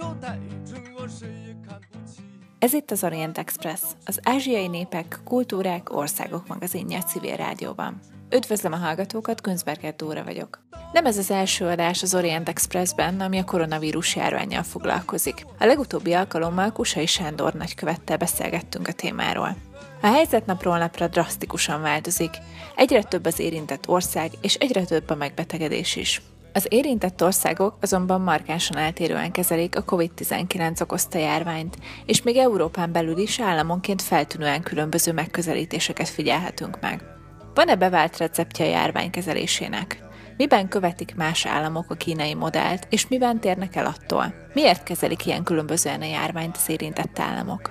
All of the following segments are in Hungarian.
Ez itt az Orient Express, az ázsiai népek, kultúrák, országok magazinja a Civil Rádióban. Üdvözlöm a hallgatókat, Günzberger Dóra vagyok. Nem ez az első adás az Orient Expressben, ami a koronavírus járvánnyal foglalkozik. A legutóbbi alkalommal Kussai Sándor nagykövettel beszélgettünk a témáról. A helyzet napról napra drasztikusan változik, egyre több az érintett ország, és egyre több a megbetegedés is. Az érintett országok azonban markánsan eltérően kezelik a COVID-19 okozta járványt, és még Európán belül is államonként feltűnően különböző megközelítéseket figyelhetünk meg. Van-e bevált receptje a járvány kezelésének? Miben követik más államok a kínai modellt, és miben térnek el attól? Miért kezelik ilyen különbözően a járványt az érintett államok?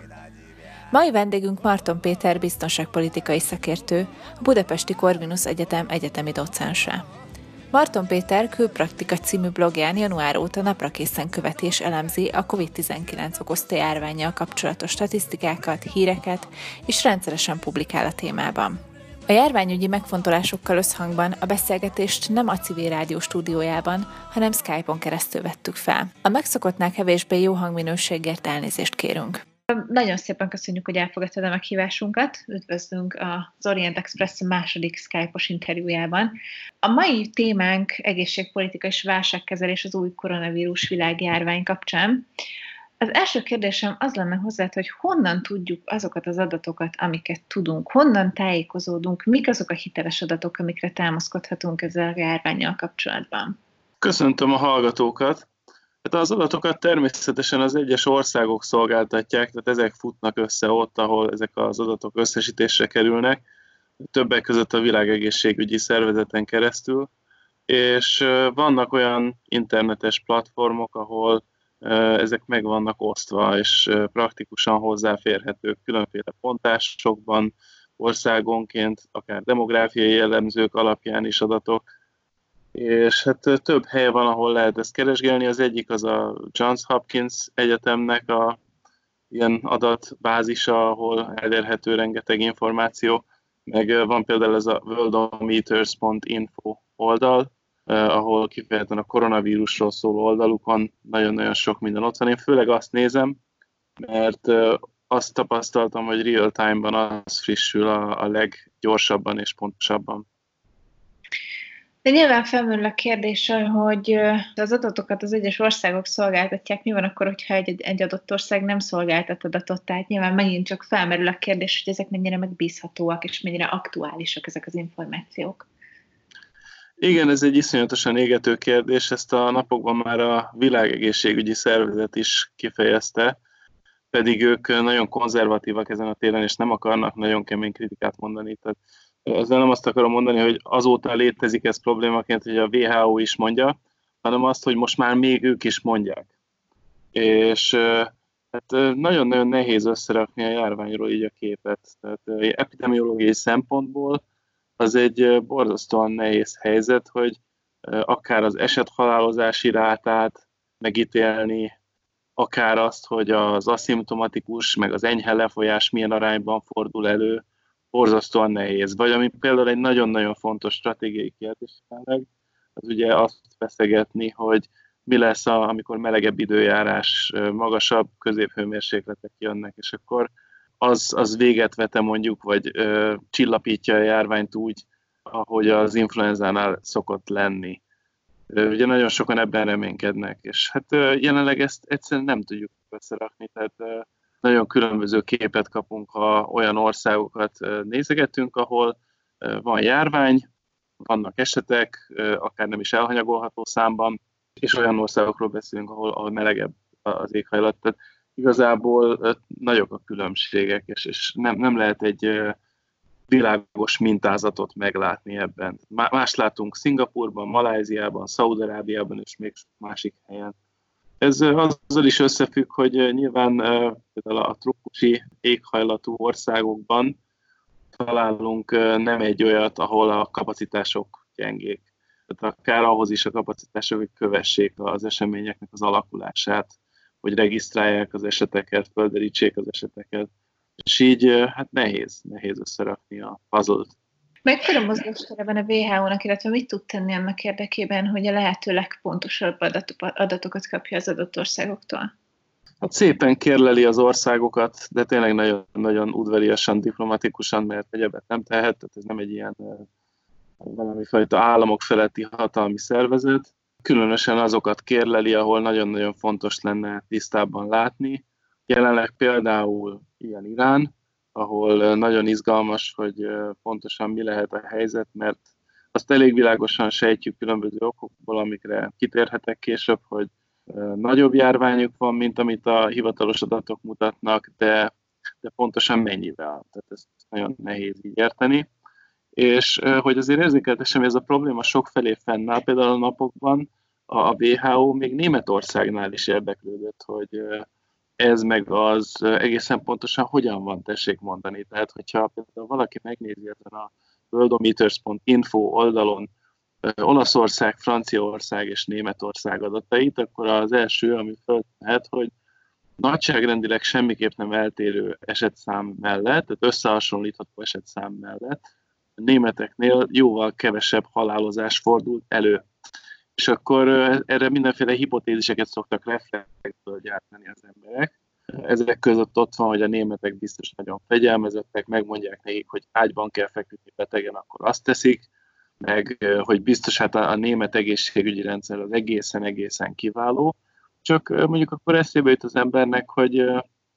Mai vendégünk Marton Péter biztonságpolitikai szakértő, a Budapesti Corvinus Egyetem egyetemi docense. Marton Péter Külpraktika című blogján január óta naprakészen követi és elemzi a COVID-19 okozta járvánnyal kapcsolatos statisztikákat, híreket, és rendszeresen publikál a témában. A járványügyi megfontolásokkal összhangban a beszélgetést nem a Civil Rádió stúdiójában, hanem Skype-on keresztül vettük fel. A megszokottnál kevésbé jó hangminőségért elnézést kérünk. Nagyon szépen köszönjük, hogy elfogadtad a meghívásunkat. Üdvözlünk az Orient Express második Skype-os interjújában. A mai témánk egészségpolitika és válságkezelés az új koronavírus világjárvány kapcsán. Az első kérdésem az lenne hozzá, hogy honnan tudjuk azokat az adatokat, amiket tudunk, honnan tájékozódunk, mik azok a hiteles adatok, amikre támaszkodhatunk ezzel a járvánnyal kapcsolatban? Köszöntöm a hallgatókat! Hát az adatokat természetesen az egyes országok szolgáltatják, tehát ezek futnak össze ott, ahol ezek az adatok összesítésre kerülnek, többek között a Világegészségügyi Szervezeten keresztül, és vannak olyan internetes platformok, ahol ezek meg vannak osztva, és praktikusan hozzáférhetők különféle pontásokban, országonként, akár demográfiai jellemzők alapján is adatok, és hát több hely van, ahol lehet ezt keresgélni. Az egyik az a Johns Hopkins Egyetemnek a ilyen adatbázisa, ahol elérhető rengeteg információ, meg van például ez a worldometers.info oldal, ahol kifejezetten a koronavírusról szóló oldalukon nagyon-nagyon sok minden ott van. Én főleg azt nézem, mert azt tapasztaltam, hogy real time-ban az frissül a leggyorsabban és pontosabban. De nyilván felmerül a kérdés, hogy az adatokat az egyes országok szolgáltatják, mi van akkor, hogyha egy adott ország nem szolgáltat adatot, tehát nyilván megint csak felmerül a kérdés, hogy ezek mennyire megbízhatóak, és mennyire aktuálisak ezek az információk. Igen, ez egy iszonyatosan égető kérdés, ezt a napokban már a Világegészségügyi Szervezet is kifejezte, pedig ők nagyon konzervatívak ezen a téren, és nem akarnak nagyon kemény kritikát mondani. Tehát ezzel nem azt akarom mondani, hogy azóta létezik ez problémaként, hogy a WHO is mondja, hanem azt, hogy most már még ők is mondják. És hát nagyon-nagyon nehéz összerakni a járványról így a képet. Tehát epidemiológiai szempontból az egy borzasztóan nehéz helyzet, hogy akár az esethalálozási rátát megítélni, akár azt, hogy az aszimtomatikus, meg az enyhe lefolyás milyen arányban fordul elő, borzasztóan nehéz. Vagy ami például egy nagyon-nagyon fontos stratégiai kérdés, az ugye azt feszegetni, hogy mi lesz, amikor melegebb időjárás, magasabb középhőmérsékletek jönnek, és akkor az véget vete mondjuk, vagy csillapítja a járványt úgy, ahogy az influenzánál szokott lenni. Ugye nagyon sokan ebben reménykednek, és hát jelenleg ezt egyszerűen nem tudjuk összerakni, tehát nagyon különböző képet kapunk, ha olyan országokat nézegetünk, ahol van járvány, vannak esetek, akár nem is elhanyagolható számban, és olyan országokról beszélünk, ahol melegebb az éghajlat. Tehát igazából nagyok a különbségek, és nem lehet egy világos mintázatot meglátni ebben. Más látunk Szingapurban, Malajziában, Szaúd-Arábiában és még másik helyen. Ez azzal is összefügg, hogy nyilván például a trópusi éghajlatú országokban találunk nem egy olyat, ahol a kapacitások gyengék. Tehát akár ahhoz is a kapacitások, hogy kövessék az eseményeknek az alakulását, hogy regisztrálják az eseteket, földerítsék az eseteket. És így hát nehéz összerakni a puzzle-t. Mekkora mozgástere van a WHO-nak, illetve mit tud tenni annak érdekében, hogy a lehető legpontosabb adatokat kapja az adott országoktól? Hát szépen kérleli az országokat, de tényleg nagyon, nagyon udvariasan, diplomatikusan, mert egyebet nem tehet, tehát ez nem egy ilyen valamifajta államok feletti hatalmi szervezet. Különösen azokat kérleli, ahol nagyon-nagyon fontos lenne tisztában látni. Jelenleg például ilyen Irán, ahol nagyon izgalmas, hogy pontosan mi lehet a helyzet, mert azt elég világosan sejtjük különböző okokból, amikre kitérhetek később, hogy nagyobb járványuk van, mint amit a hivatalos adatok mutatnak, de pontosan mennyivel. Tehát ezt nagyon nehéz így érteni. És hogy azért érzékeltessem, hogy ez a probléma sokfelé fennáll, például a napokban a WHO még Németországnál is érdeklődött, hogy ez meg az egészen pontosan hogyan van, tessék mondani. Tehát, hogyha például valaki megnézi ezen a worldometers.info oldalon Olaszország, Franciaország és Németország adatait, akkor az első, ami föltűnhet, hogy nagyságrendileg semmiképp nem eltérő esetszám mellett, tehát összehasonlítható esetszám mellett a németeknél jóval kevesebb halálozás fordult elő. És akkor erre mindenféle hipotéziseket szoktak reflexből gyártani az emberek. Ezek között ott van, hogy a németek biztos nagyon fegyelmezettek, megmondják nekik, hogy ágyban kell feküdni betegen, akkor azt teszik, meg hogy biztos hát a német egészségügyi rendszer az egészen kiváló. Csak mondjuk akkor eszébe jut az embernek, hogy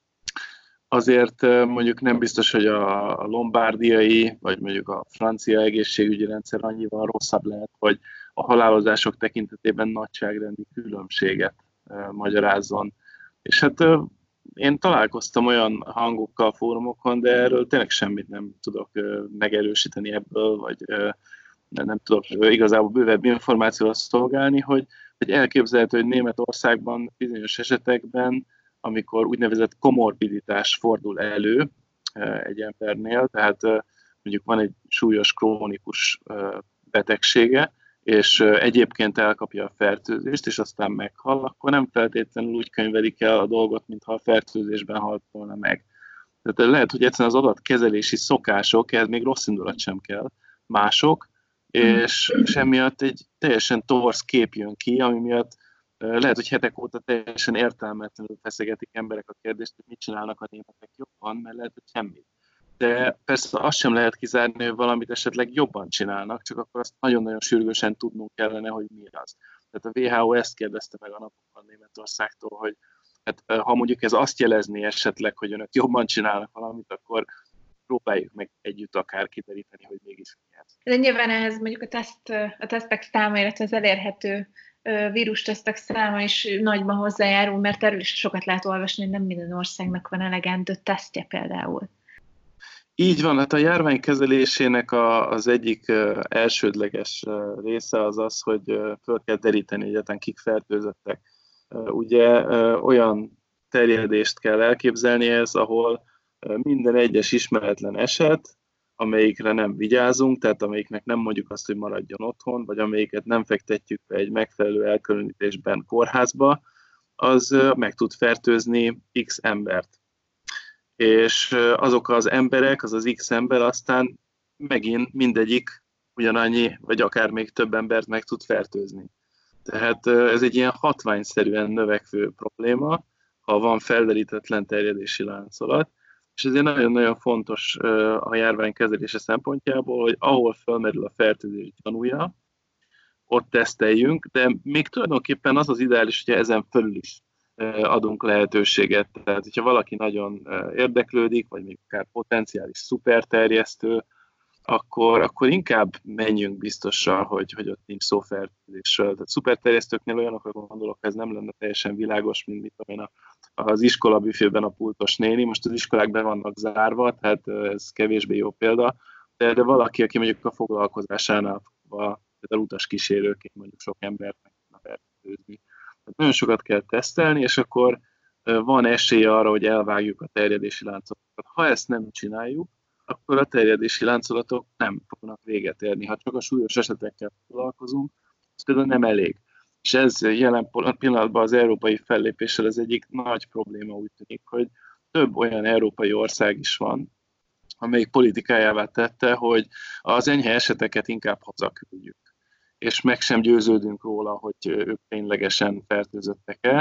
azért mondjuk nem biztos, hogy a lombárdiai, vagy mondjuk a francia egészségügyi rendszer annyival rosszabb lehet, hogy a halálozások tekintetében nagyságrendi különbséget magyarázzon. És hát én találkoztam olyan hangokkal, fórumokon, de erről tényleg semmit nem tudok megerősíteni ebből, vagy nem tudok igazából bővebb információval szolgálni, hogy elképzelhető, hogy Németországban bizonyos esetekben, amikor úgynevezett komorbiditás fordul elő egy embernél, tehát mondjuk van egy súlyos krónikus betegsége, és egyébként elkapja a fertőzést, és aztán meghal, akkor nem feltétlenül úgy könyvelik el a dolgot, mintha a fertőzésben halt volna meg. Tehát lehet, hogy egyszerűen az adatkezelési szokások, ehhez még rossz indulat sem kell, mások, és semmiatt egy teljesen torz kép jön ki, ami miatt lehet, hogy hetek óta teljesen értelmetlenül feszegetik emberek a kérdést, hogy mit csinálnak a németek jobban, mert lehet, hogy semmit. De persze azt sem lehet kizárni, hogy valamit esetleg jobban csinálnak, csak akkor azt nagyon-nagyon sürgősen tudnunk kellene, hogy mi az. Tehát a WHO ezt kérdezte meg a napokban Németországtól, hogy hát, ha mondjuk ez azt jelezné esetleg, hogy önök jobban csinálnak valamit, akkor próbáljuk meg együtt akár kideríteni, hogy mégis mi ez. De nyilván ehhez mondjuk a tesztek száma, illetve az elérhető vírustesztek száma is nagyban hozzájárul, mert erről is sokat lehet olvasni, hogy nem minden országnak van elegendő tesztje például. Így van, hát a járvány kezelésének az egyik elsődleges része az az, hogy föl kell deríteni egyáltalán kik fertőzöttek. Ugye olyan terjedést kell elképzelni ez, ahol minden egyes ismeretlen eset, amelyikre nem vigyázunk, tehát amelyiknek nem mondjuk azt, hogy maradjon otthon, vagy amelyiket nem fektetjük be egy megfelelő elkülönítésben kórházba, az meg tud fertőzni X embert. És azok az emberek, az X ember aztán megint mindegyik ugyanannyi, vagy akár még több embert meg tud fertőzni. Tehát ez egy ilyen hatványszerűen növekvő probléma, ha van felderítetlen terjedési láncolat, és ezért nagyon-nagyon fontos a járvány kezelése szempontjából, hogy ahol felmerül a fertőzés gyanúja, ott teszteljünk, de még tulajdonképpen az az ideális, hogyha ezen fölül is adunk lehetőséget. Tehát, hogyha valaki nagyon érdeklődik, vagy még akár potenciális szuperterjesztő, akkor inkább menjünk biztosra, hogy ott nincs szó fertőzésről. Tehát szuperterjesztőknél olyanokra gondolok, ez nem lenne teljesen világos, mint mit tudom én az iskola büfében a pultos néni. Most az iskolák be vannak zárva, tehát ez kevésbé jó példa, de valaki, aki mondjuk a foglalkozásánál például utaskísérőként mondjuk sok embert meg tudna fertőzni. Nagyon sokat kell tesztelni, és akkor van esélye arra, hogy elvágjuk a terjedési láncolatokat. Ha ezt nem csináljuk, akkor a terjedési láncolatok nem fognak véget érni. Ha csak a súlyos esetekkel foglalkozunk, ez például nem elég. És ez jelen pillanatban az európai fellépéssel az egyik nagy probléma úgy tűnik, hogy több olyan európai ország is van, amelyik politikájává tette, hogy az enyhe eseteket inkább hazaküldjük. És meg sem győződünk róla, hogy ők ténylegesen fertőzöttek-e,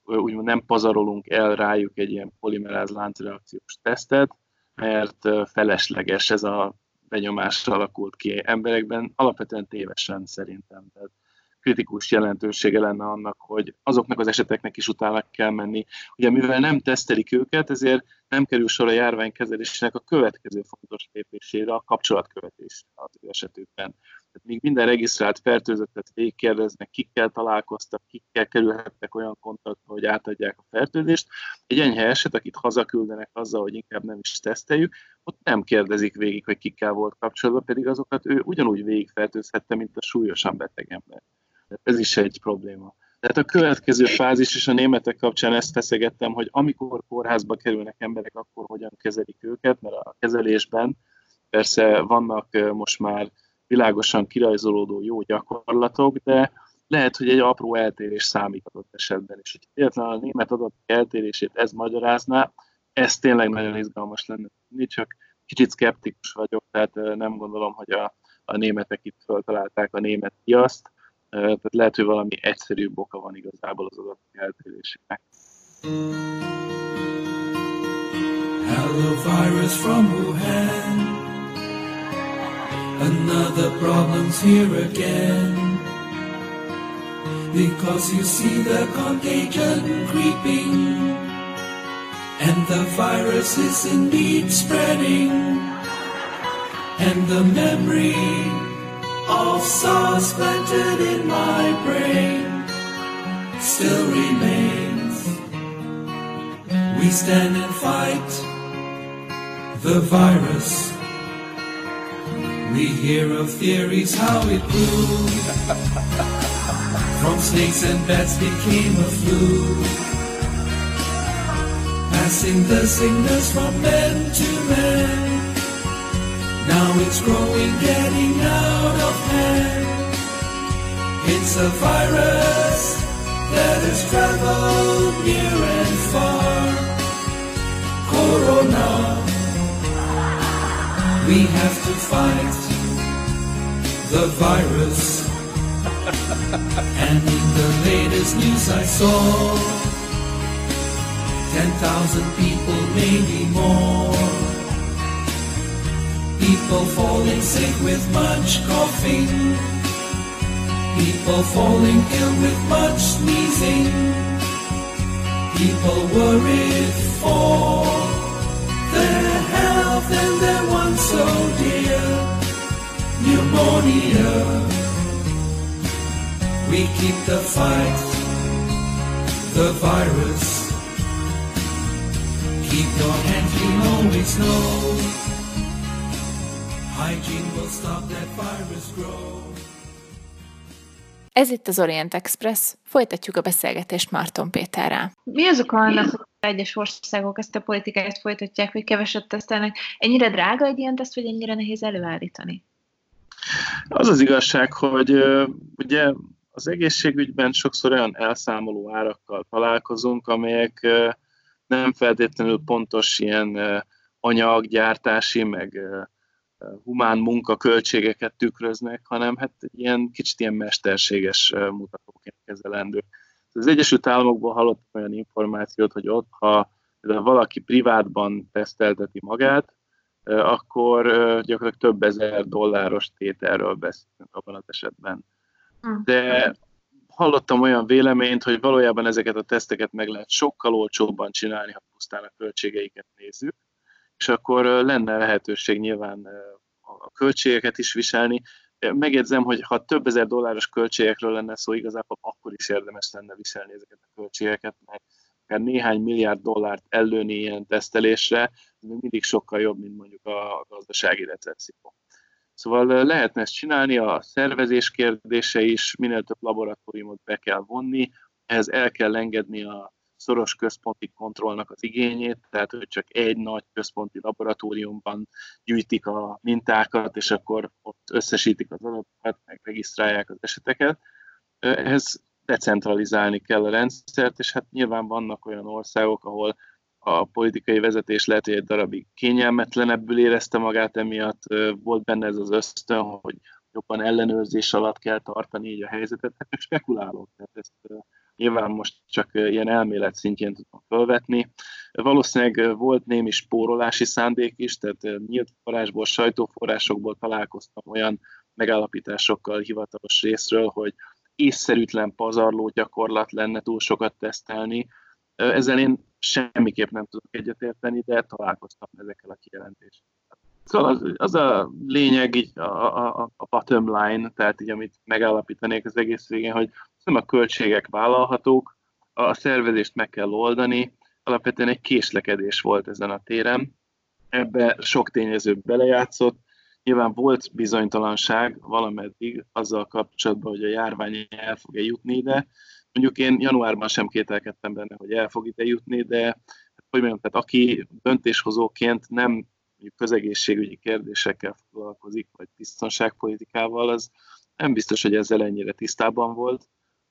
úgymond nem pazarolunk el rájuk egy ilyen polimeráz láncreakciós tesztet, mert felesleges, ez a benyomás alakult ki emberekben, alapvetően tévesen szerintem. Tehát kritikus jelentősége lenne annak, hogy azoknak az eseteknek is utána kell menni. Ugye mivel nem tesztelik őket, ezért nem kerül sor a járványkezelésnek a következő fontos lépésére, a kapcsolatkövetés az ő esetükben. Tehát míg minden regisztrált fertőzöttet végigkérdeznek, kikkel találkoztak, kikkel kerülhettek olyan kontaktba, hogy átadják a fertőzést, egy enyhe eset, akit hazaküldenek azzal, hogy inkább nem is teszteljük, ott nem kérdezik végig, hogy kikkel volt kapcsolatban, pedig azokat ő ugyanúgy végigfertőzhette, mint a súlyosan beteg ember. Ez is egy probléma. Tehát a következő fázis, és a németek kapcsán ezt feszegettem, hogy amikor kórházba kerülnek emberek, akkor hogyan kezelik őket, mert a kezelésben persze vannak most már világosan kirajzolódó jó gyakorlatok, de lehet, hogy egy apró eltérés számít adott esetben is. Hogy egyetlen a német adat eltérését ez magyarázná, ez tényleg nagyon izgalmas lenne. Csak kicsit szkeptikus vagyok, tehát nem gondolom, hogy a németek itt feltalálták a német piaszt, tehát lehet, hogy valami egyszerűbb oka van igazából az adatok eltérésének. Hello virus from Wuhan, another problem's here again, because you see the contagion creeping, and the virus is indeed spreading, and the memory of SARS planted in my brain still remains. We stand and fight the virus. We hear of theories how it grew. From snakes and bats became a flu, passing the sickness from man to man. Now it's growing, getting out of hand. It's a virus that has traveled near and far. Corona, we have to fight the virus. And in the latest news I saw 10,000 people, maybe more. People falling sick with much coughing, people falling ill with much sneezing, people worried for their health and their one so dear, pneumonia. We keep the fight, the virus. Keep your hands clean, always know hygiene will stop that virus grow. Ez itt az Orient Express, folytatjuk a beszélgetést Marton Péterrel. Mi az oka annak, hogy egyes országok ezt a politikát folytatják, hogy keveset tesztelnek? Ennyire drága egy ilyen teszt, vagy ennyire nehéz előállítani? Az az igazság, hogy ugye az egészségügyben sokszor olyan elszámoló árakkal találkozunk, amelyek nem feltétlenül pontos ilyen anyaggyártási, meg humán munkaköltségeket tükröznek, hanem hát ilyen kicsit ilyen mesterséges mutatóként kezelendő. Az Egyesült Államokból hallottam olyan információt, hogy ott, ha valaki privátban tesztelteti magát, akkor gyakorlatilag több ezer dolláros tételről beszélünk abban az esetben. De hallottam olyan véleményt, hogy valójában ezeket a teszteket meg lehet sokkal olcsóbban csinálni, ha pusztán a költségeiket nézzük, és akkor lenne lehetőség nyilván a költségeket is viselni. Megjegyzem, hogy ha több ezer dolláros költségekről lenne szó, igazából akkor is érdemes lenne viselni ezeket a költségeket, mert akár néhány milliárd dollárt ellőni ilyen tesztelésre, ez még mindig sokkal jobb, mint mondjuk a gazdasági recesszió. Szóval lehetne ezt csinálni, a szervezés kérdése is, minél több laboratóriumot be kell vonni, ehhez el kell engedni a szoros központi kontrollnak az igényét, tehát hogy csak egy nagy központi laboratóriumban gyűjtik a mintákat, és akkor ott összesítik az adatokat, meg regisztrálják az eseteket. Ehhez decentralizálni kell a rendszert, és hát nyilván vannak olyan országok, ahol a politikai vezetés lehet, hogy egy darabig kényelmetlenebbül érezte magát emiatt, volt benne ez az ösztön, hogy jobban ellenőrzés alatt kell tartani így a helyzetet, hát spekulálok, tehát ezt nyilván most csak ilyen elmélet szintjén tudom felvetni. Valószínűleg volt némi spórolási szándék is, tehát nyílt forrásból, sajtóforrásokból találkoztam olyan megállapításokkal hivatalos részről, hogy észszerűtlen pazarló gyakorlat lenne túl sokat tesztelni. Ezzel én semmiképp nem tudok egyetérteni, de találkoztam ezekkel a kijelentésekkel. Szóval az a lényeg, így a bottom line, tehát így, amit megállapítanék az egész végén, hogy nem a költségek vállalhatók, a szervezést meg kell oldani, alapvetően egy késlekedés volt ezen a téren, ebbe sok tényező belejátszott, nyilván volt bizonytalanság valameddig azzal kapcsolatban, hogy a járvány el fog-e jutni ide. Mondjuk én januárban sem kételkedtem benne, hogy el fog ide jutni, de hogy mondjam, tehát aki döntéshozóként nem közegészségügyi kérdésekkel foglalkozik, vagy biztonságpolitikával, az nem biztos, hogy ezzel ennyire tisztában volt,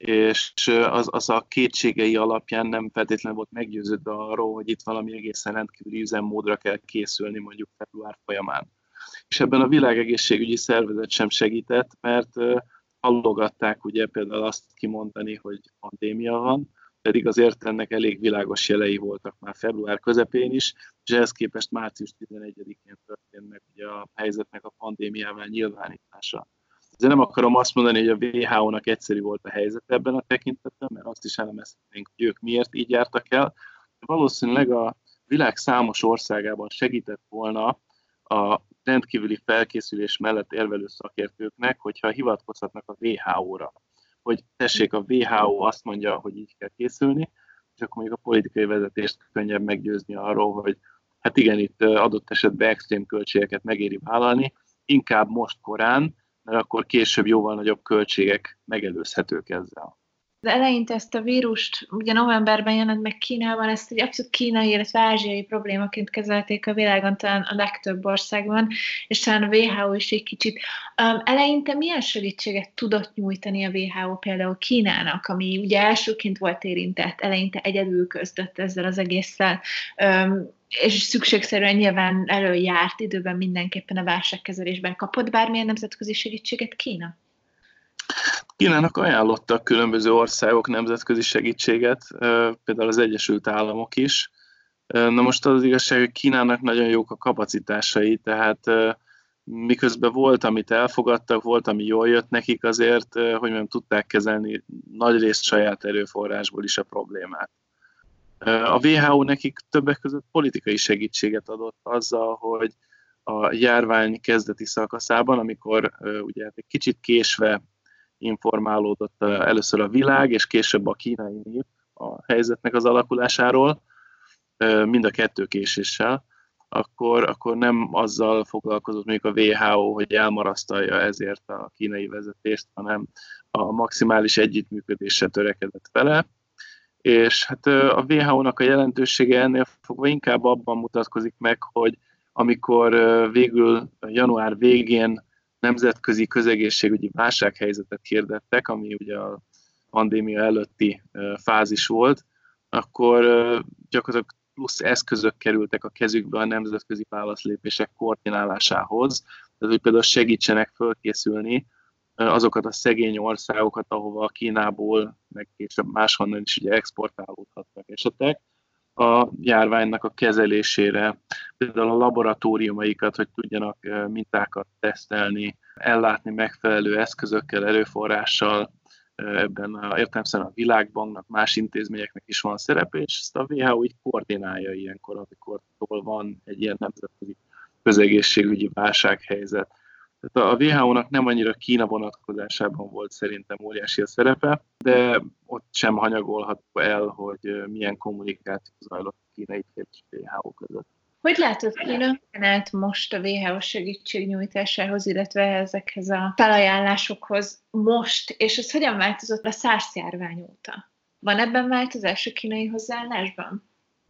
és az a kétségei alapján nem feltétlenül volt meggyőződve arról, hogy itt valami egészen rendkívüli üzemmódra kell készülni mondjuk február folyamán. És ebben a Világegészségügyi Szervezet sem segített, mert hallogatták ugye például azt kimondani, hogy pandémia van, pedig azért ennek elég világos jelei voltak már február közepén is, és ehhez képest március 11-én történt meg ugye a helyzetnek a pandémiával nyilvánítása. Ezzel nem akarom azt mondani, hogy a WHO-nak egyszerű volt a helyzet ebben a tekintetben, mert azt is elemezhetnénk, hogy ők miért így jártak el. Valószínűleg a világ számos országában segített volna a rendkívüli felkészülés mellett érvelő szakértőknek, hogyha hivatkozhatnak a WHO-ra. Hogy tessék, a WHO azt mondja, hogy így kell készülni, és akkor még a politikai vezetést könnyebb meggyőzni arról, hogy hát igen, itt adott esetben extrém költségeket megéri vállalni, inkább most korán, mert akkor később jóval nagyobb költségek megelőzhetők ezzel. De eleinte ezt a vírust, ugye novemberben jelent meg Kínában, ezt egy abszolút kínai, illetve ázsiai problémaként kezelték a világon, talán a legtöbb országban, és talán a WHO is egy kicsit. Eleinte milyen segítséget tudott nyújtani a WHO például Kínának, ami ugye elsőként volt érintett, eleinte egyedül küzdött ezzel az egésszel, és szükségszerűen nyilván előjárt időben mindenképpen a válságkezelésben. Kapott bármilyen nemzetközi segítséget Kína? Kínának ajánlottak különböző országok nemzetközi segítséget, például az Egyesült Államok is. Na most az igazság, hogy Kínának nagyon jók a kapacitásai, tehát miközben volt, amit elfogadtak, volt, ami jól jött nekik, azért, hogy mondjam, tudták kezelni nagyrészt saját erőforrásból is a problémát. A WHO nekik többek között politikai segítséget adott azzal, hogy a járvány kezdeti szakaszában, amikor ugye egy kicsit késve informálódott először a világ, és később a kínai nép a helyzetnek az alakulásáról, mind a kettő késéssel, akkor nem azzal foglalkozott mondjuk a WHO, hogy elmarasztalja ezért a kínai vezetést, hanem a maximális együttműködésre törekedett vele. És hát a WHO-nak a jelentősége ennél fogva inkább abban mutatkozik meg, hogy amikor végül január végén nemzetközi közegészségügyi válsághelyzetet hirdettek, ami ugye a pandémia előtti fázis volt, akkor gyakorlatilag plusz eszközök kerültek a kezükbe a nemzetközi válaszlépések koordinálásához, tehát hogy például segítsenek fölkészülni azokat a szegény országokat, ahova Kínából, meg később máshonnan is ugye exportálódhatnak esetek, a járványnak a kezelésére, például a laboratóriumaikat, hogy tudjanak mintákat tesztelni, ellátni megfelelő eszközökkel, erőforrással, ebben értelemszerűen a Világbanknak, más intézményeknek is van szerepe, és ezt a WHO így koordinálja ilyenkor, amikor van egy ilyen nemzetközi közegészségügyi válsághelyzet. Tehát a WHO-nak nem annyira Kína vonatkozásában volt szerintem óriási a szerepe, de ott sem hanyagolható el, hogy milyen kommunikáció zajlott a kínai fél és a WHO között. Hogy látod, Kína állt most a WHO segítségnyújtásához, illetve ezekhez a felajánlásokhoz most, és ez hogyan változott a SARS járvány óta? Van ebben változás a kínai hozzáállásban?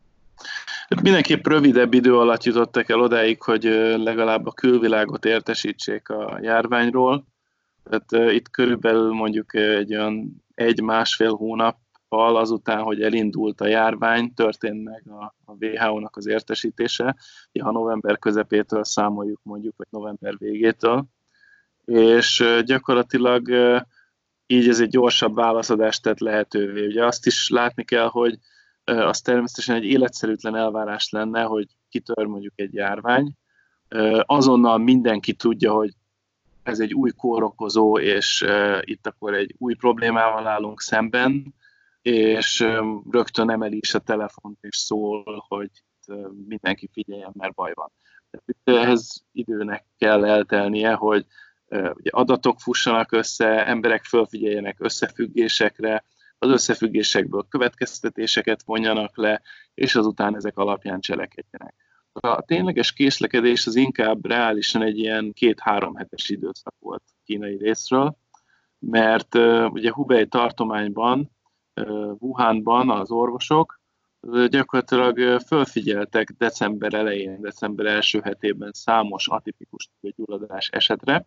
Mindenképp rövidebb idő alatt jutottak el odáig, hogy legalább a külvilágot értesítsék a járványról. Tehát itt körülbelül mondjuk egy olyan 1-1,5 hónappal azután, hogy elindult a járvány, történt meg a WHO-nak az értesítése, ha november közepétől számoljuk mondjuk, vagy november végétől. És gyakorlatilag így ez egy gyorsabb válaszadást tett lehetővé. Ugye azt is látni kell, hogy az természetesen egy életszerűtlen elvárás lenne, hogy kitör mondjuk egy járvány. Azonnal mindenki tudja, hogy ez egy új kórokozó, és itt akkor egy új problémával állunk szemben, és rögtön emeli is a telefont, és szól, hogy mindenki figyeljen, mert baj van. Ehhez időnek kell eltelnie, hogy ugye adatok fussanak össze, emberek fölfigyeljenek összefüggésekre, az összefüggésekből következtetéseket vonjanak le, és azután ezek alapján cselekedjenek. A tényleges késlekedés az inkább reálisan egy ilyen 2-3 hetes időszak volt kínai részről, mert ugye Hubei tartományban, Wuhanban az orvosok gyakorlatilag fölfigyeltek december elején, december első hetében számos atipikus tüdőgyulladás esetre.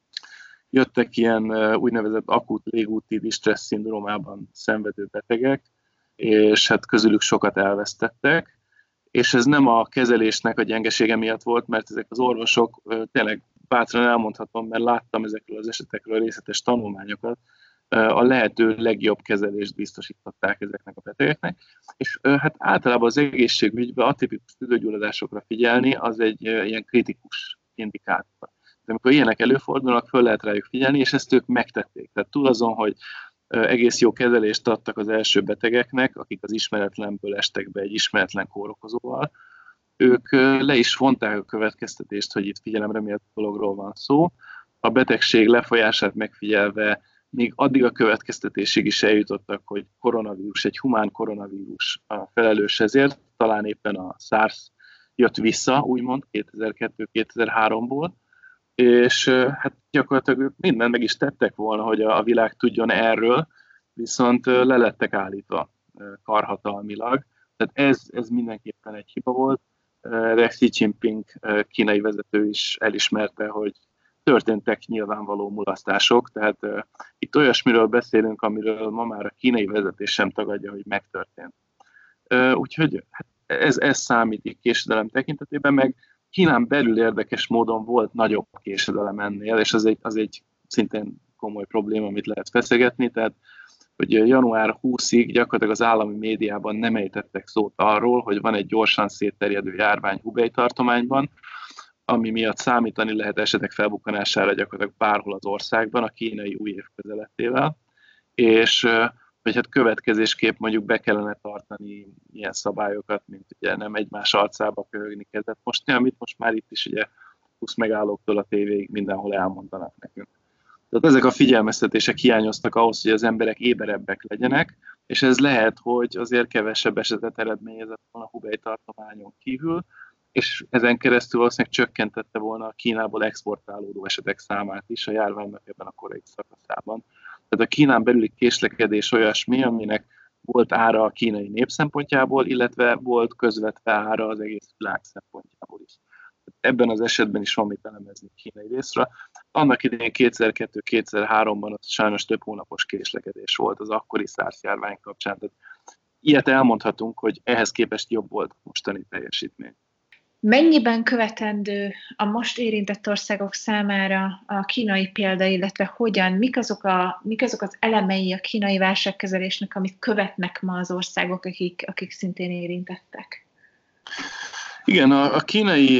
Jöttek ilyen úgynevezett akut légúti distressz szindrómában szenvedő betegek, és hát közülük sokat elvesztettek, és ez nem a kezelésnek a gyengesége miatt volt, mert ezek az orvosok, tényleg bátran elmondhatom, mert láttam ezekről az esetekről részletes tanulmányokat, a lehető legjobb kezelést biztosították ezeknek a betegeknek, és hát általában az egészségügyben atipikus tüdőgyulladásokra figyelni, az egy ilyen kritikus indikátor. De amikor ilyenek előfordulnak, föl lehet rájuk figyelni, és ezt ők megtették. Tehát túl azon, hogy egész jó kezelést adtak az első betegeknek, akik az ismeretlenből estek be egy ismeretlen kórokozóval, ők le is vonták a következtetést, hogy itt figyelemre méltó dologról van szó. A betegség lefolyását megfigyelve még addig a következtetésig is eljutottak, hogy koronavírus, egy humán koronavírus a felelős ezért, talán éppen a SARS jött vissza, úgymond 2002-2003-ból, és hát gyakorlatilag ők mindent meg is tettek volna, hogy a világ tudjon erről, viszont le lettek állítva karhatalmilag. Tehát ez mindenképpen egy hiba volt. Xi Jinping kínai vezető is elismerte, hogy történtek nyilvánvaló mulasztások, tehát itt olyasmiről beszélünk, amiről ma már a kínai vezetés sem tagadja, hogy megtörtént. Úgyhogy hát ez számít késedelem tekintetében, meg Kínán belül érdekes módon volt nagyobb késedelem ennél, és az egy szintén komoly probléma, amit lehet feszegetni, tehát hogy január 20-ig gyakorlatilag az állami médiában nem ejtettek szót arról, hogy van egy gyorsan szétterjedő járvány Hubei tartományban, ami miatt számítani lehet esetek felbukkanására gyakorlatilag bárhol az országban a kínai új év közelettével, és vagy hát következésképp mondjuk be kellene tartani ilyen szabályokat, mint ugye nem egymás arcába köhögni kezet mosni, amit most már itt is ugye 20 megállóktól a tévéig mindenhol elmondanak nekünk. Tehát ezek a figyelmeztetések hiányoztak ahhoz, hogy az emberek éberebbek legyenek, és ez lehet, hogy azért kevesebb esetet eredményezett volna a Hubei tartományon kívül, és ezen keresztül valószínűleg csökkentette volna a Kínából exportálódó esetek számát is a járványnak ebben a korai szakaszában. Tehát a Kínán belüli késlekedés olyasmi, aminek volt ára a kínai nép szempontjából, illetve volt közvetve ára az egész világ szempontjából is. Ebben az esetben is van mit elemezni kínai részre. Annak idején 2002-2003-ban az sajnos több hónapos késlekedés volt az akkori SARS járvány kapcsán. Tehát ilyet elmondhatunk, hogy ehhez képest jobb volt a mostani teljesítmény. Mennyiben követendő a most érintett országok számára a kínai példa, illetve hogyan, mik azok az elemei a kínai válságkezelésnek, amit követnek ma az országok, akik szintén érintettek? Igen, a kínai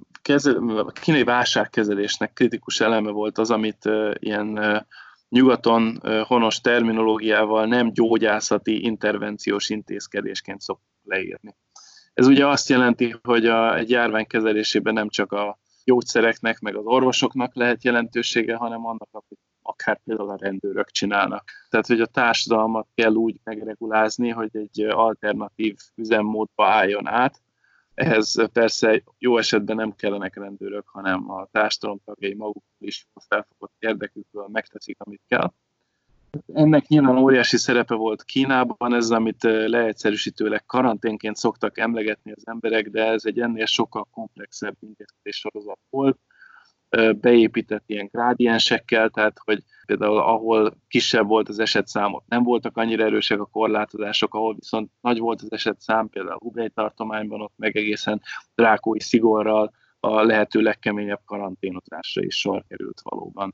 válságkezelésnek kritikus eleme volt az, amit ilyen nyugaton honos terminológiával nem gyógyászati intervenciós intézkedésként szoktuk leírni. Ez ugye azt jelenti, hogy egy járvány kezelésében nem csak a gyógyszereknek, meg az orvosoknak lehet jelentősége, hanem annak, amit akár például a rendőrök csinálnak. Tehát, hogy a társadalmat kell úgy megregulázni, hogy egy alternatív üzemmódba álljon át. Ehhez persze jó esetben nem kellenek rendőrök, hanem a társadalom tagjai maguk is felfogott érdekükből megteszik, amit kell. Ennek nyilván óriási szerepe volt Kínában, ez, amit leegyszerűsítőleg karanténként szoktak emlegetni az emberek, de ez egy ennél sokkal komplexebb intézkedés sorozat volt. Beépített ilyen grádiensekkel, tehát hogy például ahol kisebb volt az esetszám, ott nem voltak annyira erősek a korlátozások, ahol viszont nagy volt az esetszám, például Hubei tartományban, ott meg egészen drákói szigorral a lehető legkeményebb karanténozásra is sor került valóban.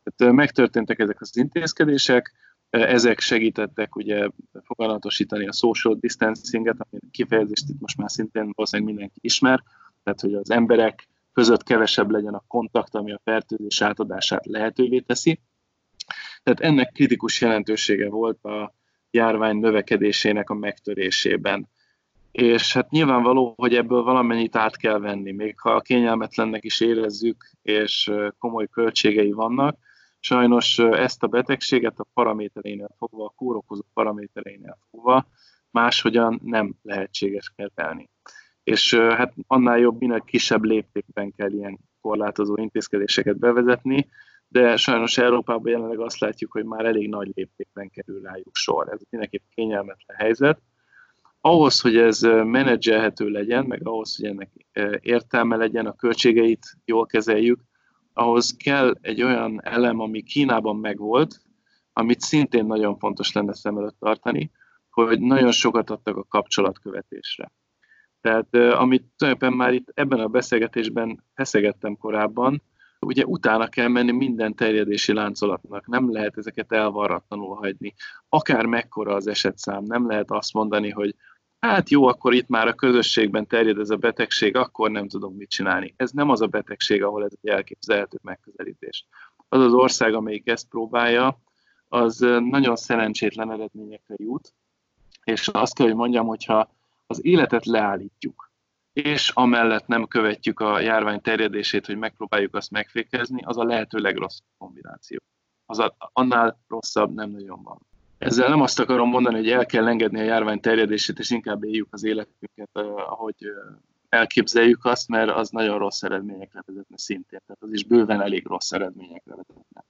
Tehát megtörténtek ezek az intézkedések, ezek segítettek ugye foganatosítani a social distancinget, ami kifejezést itt most már szintén valószínűleg mindenki ismer, tehát hogy az emberek között kevesebb legyen a kontakt, ami a fertőzés átadását lehetővé teszi. Tehát ennek kritikus jelentősége volt a járvány növekedésének a megtörésében. És hát nyilvánvaló, hogy ebből valamennyit át kell venni, még ha kényelmetlennek is érezzük, és komoly költségei vannak. Sajnos ezt a betegséget a paramétereinél fogva, a kórokozó paramétereinél fogva máshogyan nem lehetséges kezelni. És hát annál jobb, minél kisebb léptékben kell ilyen korlátozó intézkedéseket bevezetni, de sajnos Európában jelenleg azt látjuk, hogy már elég nagy léptékben kerül rájuk sor. Ez mindenképp kényelmetlen helyzet. Ahhoz, hogy ez menedzselhető legyen, meg ahhoz, hogy ennek értelme legyen, a költségeit jól kezeljük, ahhoz kell egy olyan elem, ami Kínában megvolt, amit szintén nagyon fontos lenne szem előtt tartani, hogy nagyon sokat adtak a kapcsolatkövetésre. Tehát amit tulajdonképpen már itt ebben a beszélgetésben feszegettem korábban, ugye utána kell menni minden terjedési láncolatnak, nem lehet ezeket elvarratlanul hagyni. Akár mekkora az esetszám, nem lehet azt mondani, hogy hát jó, akkor itt már a közösségben terjed ez a betegség, akkor nem tudom mit csinálni. Ez nem az a betegség, ahol ez egy elképzelhető megközelítés. Az az ország, amelyik ezt próbálja, az nagyon szerencsétlen eredményekre jut, és azt kell, hogy mondjam, hogyha az életet leállítjuk, és amellett nem követjük a járvány terjedését, hogy megpróbáljuk azt megfékezni, az a lehető legrosszabb kombináció. Annál rosszabb nem nagyon van. Ezzel nem azt akarom mondani, hogy el kell engedni a járvány terjedését, és inkább éljük az életünket, ahogy elképzeljük azt, mert az nagyon rossz eredményekre vezetne szintén. Tehát az is bőven elég rossz eredményekre vezetne.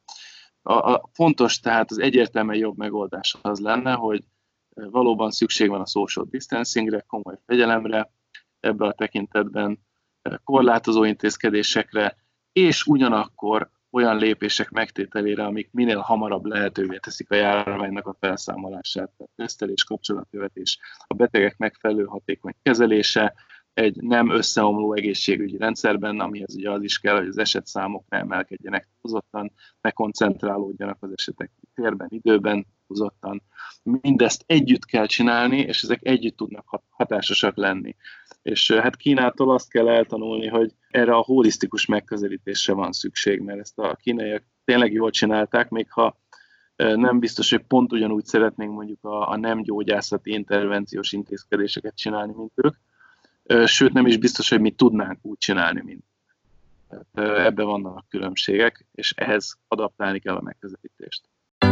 A fontos, tehát az egyértelműen jobb megoldás az lenne, hogy valóban szükség van a social distancingre, komoly fegyelemre, ebben a tekintetben korlátozó intézkedésekre, és ugyanakkor olyan lépések megtételére, amik minél hamarabb lehetővé teszik a járványnak a felszámolását, tehát tesztelés, kapcsolatkövetés, a betegek megfelelő hatékony kezelése, egy nem összeomló egészségügyi rendszerben, amihez ugye az is kell, hogy az esetszámok ne emelkedjenek túlzottan, ne koncentrálódjanak az esetek térben, időben túlzottan. Mindezt együtt kell csinálni, és ezek együtt tudnak hatásosak lenni. És hát Kínától azt kell eltanulni, hogy erre a holisztikus megközelítésre van szükség, mert ezt a kínaiak tényleg jól csinálták, még ha nem biztos, hogy pont ugyanúgy szeretnénk mondjuk a nem gyógyászati intervenciós intézkedéseket csinálni, mint ők, sőt nem is biztos, hogy mi tudnánk úgy csinálni, mint. Ebben vannak különbségek, és ehhez adaptálni kell a megközelítést.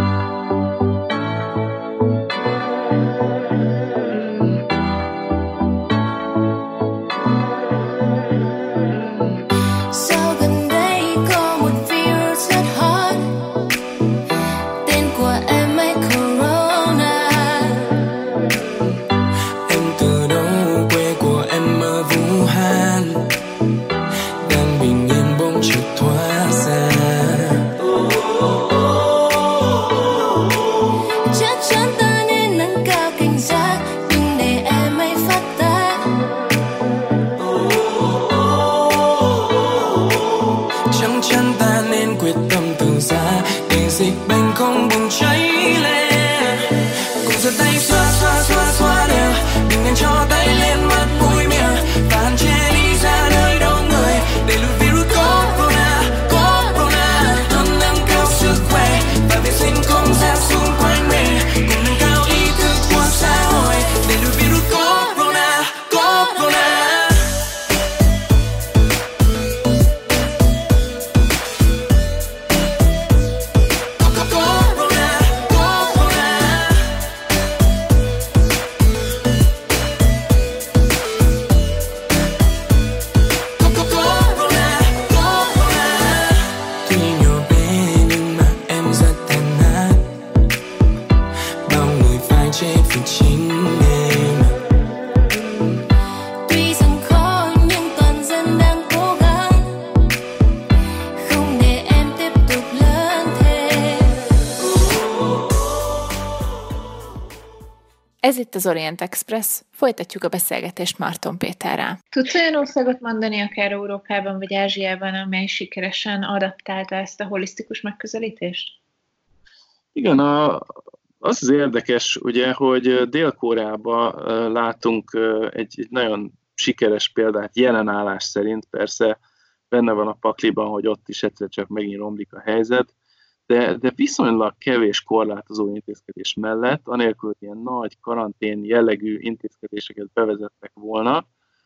Dịch bệnh không bùng cháy lên, cùng giơ tay xoa xoa xoa xoa đều, đừng nên cho tay lên mặt mũi miệng và hạn chế đi ra nơi đông người để lùi virus corona. Luôn nâng cao sức khỏe và vệ sinh không gian xung quanh mình, cùng nâng cao ý thức của xã hội để lùi virus corona. Ez itt az Orient Express, folytatjuk a beszélgetést Marton Péterrel. Tudsz olyan országot mondani, akár Európában vagy Ázsiában, amely sikeresen adaptálta ezt a holisztikus megközelítést? Igen, az érdekes, ugye, hogy Dél-Koreában látunk egy nagyon sikeres példát jelenállás szerint, persze benne van a pakliban, hogy ott is egyszer csak megint romlik a helyzet, de viszonylag kevés korlátozó intézkedés mellett, anélkül, hogy ilyen nagy karantén jellegű intézkedéseket bevezettek volna,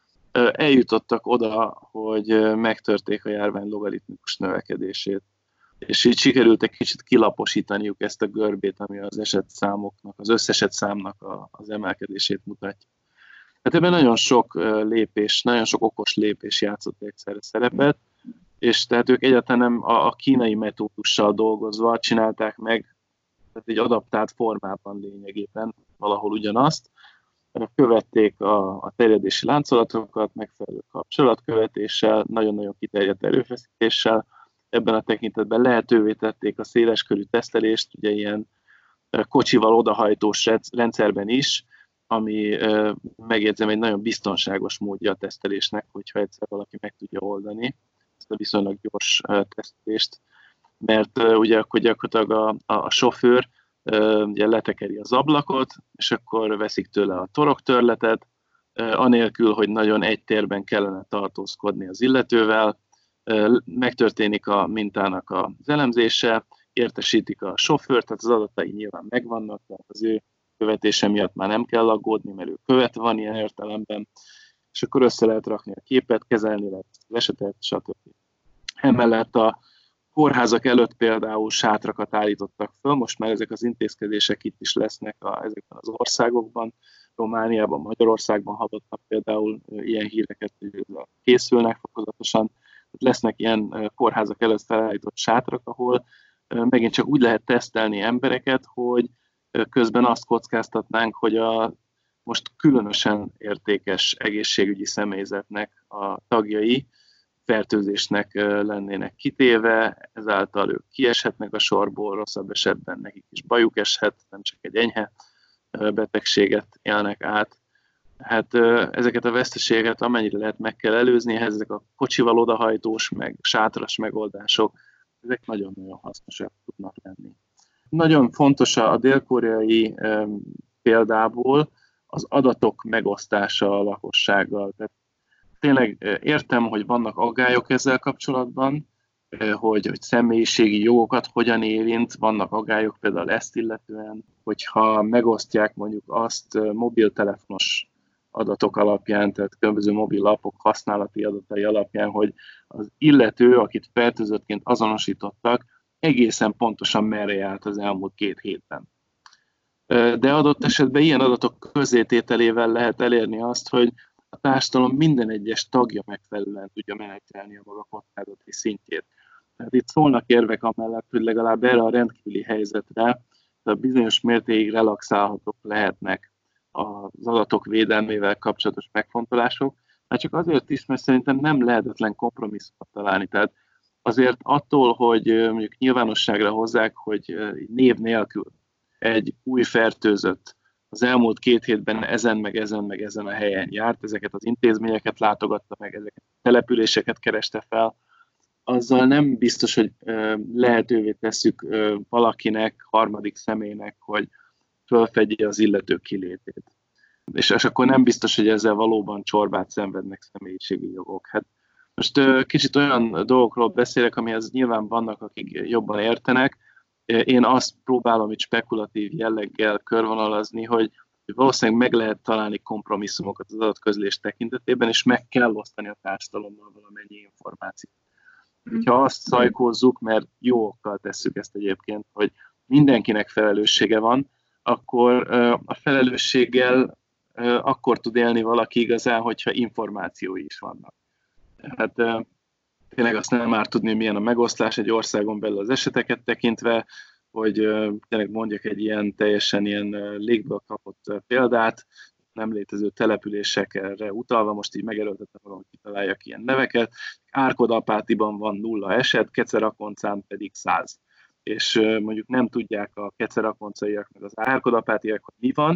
eljutottak oda, hogy megtörték a járvány logaritmikus növekedését. És így sikerült egy kicsit kilaposítaniuk ezt a görbét, ami az esetszámoknak, az összeset számnak az emelkedését mutatja. Hát ebben nagyon sok lépés, nagyon sok okos lépés játszott egyszerre szerepet, és tehát ők egyáltalán nem a kínai metódussal dolgozva csinálták meg, tehát egy adaptált formában lényegében valahol ugyanazt. Követték a terjedési láncolatokat, megfelelő kapcsolatkövetéssel, nagyon-nagyon kiterjedt erőfeszítéssel. Ebben a tekintetben lehetővé tették a széleskörű tesztelést, ugye ilyen kocsival odahajtós rendszerben is, ami megjegyzem egy nagyon biztonságos módja a tesztelésnek, hogyha egyszer valaki meg tudja oldani ezt a viszonylag gyors tesztelést, mert ugye akkor gyakorlatilag a sofőr ugye letekeri az ablakot, és akkor veszik tőle a toroktörletet, anélkül, hogy nagyon egy térben kellene tartózkodni az illetővel, megtörténik a mintának az elemzése, értesítik a sofőrt, tehát az adatai nyilván megvannak, tehát az ő követése miatt már nem kell aggódni, mert ő követ van ilyen értelemben, és akkor össze lehet rakni a képet, kezelni lehet az esetet, stb. Emellett a kórházak előtt például sátrakat állítottak föl, most már ezek az intézkedések itt is lesznek ezekben az országokban, Romániában, Magyarországban hallottak például ilyen híreket, hogy készülnek fokozatosan. Lesznek ilyen kórházak előtt felállított sátrak, ahol megint csak úgy lehet tesztelni embereket, hogy közben azt kockáztatnánk, hogy a most különösen értékes egészségügyi személyzetnek a tagjai fertőzésnek lennének kitéve, ezáltal ők kieshetnek a sorból, rosszabb esetben nekik is bajuk eshet, nem csak egy enyhe betegséget élnek át. Hát ezeket a veszteségeket amennyire lehet meg kell előzni, ezek a kocsival odahajtós, meg sátras megoldások, ezek nagyon-nagyon hasznosak tudnak lenni. Nagyon fontos a dél-koreai példából az adatok megosztása a lakossággal. Tehát tényleg értem, hogy vannak aggályok ezzel kapcsolatban, hogy személyiségi jogokat hogyan érint, vannak aggályok például ezt illetően, hogyha megosztják mondjuk azt mobiltelefonos adatok alapján, tehát különböző mobil appok használati adatai alapján, hogy az illető, akit fertőzöttként azonosítottak, egészen pontosan merre járt az elmúlt 2 hétben. De adott esetben ilyen adatok közzétételével lehet elérni azt, hogy a társadalom minden egyes tagja megfelelően tudja menedzselni a maga kockázati szintjét. Tehát itt szólnak érvek amellett, hogy legalább erre a rendkívüli helyzetre bizonyos mértékig relaxálhatók lehetnek az adatok védelmével kapcsolatos megfontolások, már csak azért is, mert szerintem nem lehetetlen kompromisszumot találni. Tehát azért attól, hogy mondjuk nyilvánosságra hozzák, hogy név nélkül egy új fertőzött az elmúlt 2 hétben ezen a helyen járt, ezeket az intézményeket látogatta meg, ezeket a településeket kereste fel, azzal nem biztos, hogy lehetővé tesszük valakinek, harmadik személynek, hogy fölfedje az illető kilétét. És akkor nem biztos, hogy ezzel valóban csorbát szenvednek személyiségi jogok. Hát most kicsit olyan dolgokról beszélek, amihez nyilván vannak, akik jobban értenek. Én azt próbálom itt spekulatív jelleggel körvonalazni, hogy valószínűleg meg lehet találni kompromisszumokat az adatközlés tekintetében, és meg kell osztani a társadalommal valamennyi információt. Ha azt szajkózzuk, mert jó okkal tesszük ezt egyébként, hogy mindenkinek felelőssége van, akkor a felelősséggel akkor tud élni valaki igazán, hogyha információi is vannak. Hát tényleg azt nem árt tudni, milyen a megoszlás egy országon belül az eseteket tekintve, hogy tényleg mondjak egy ilyen teljesen ilyen légből kapott példát, nem létező településekre utalva, most így megerőltettem magam, hogy kitaláljak ilyen neveket. Árkod-Apátiban van 0 eset, Kecerakoncán pedig 100. És mondjuk nem tudják a kecerakoncaiak meg az árkod-apátiak, hogy mi van,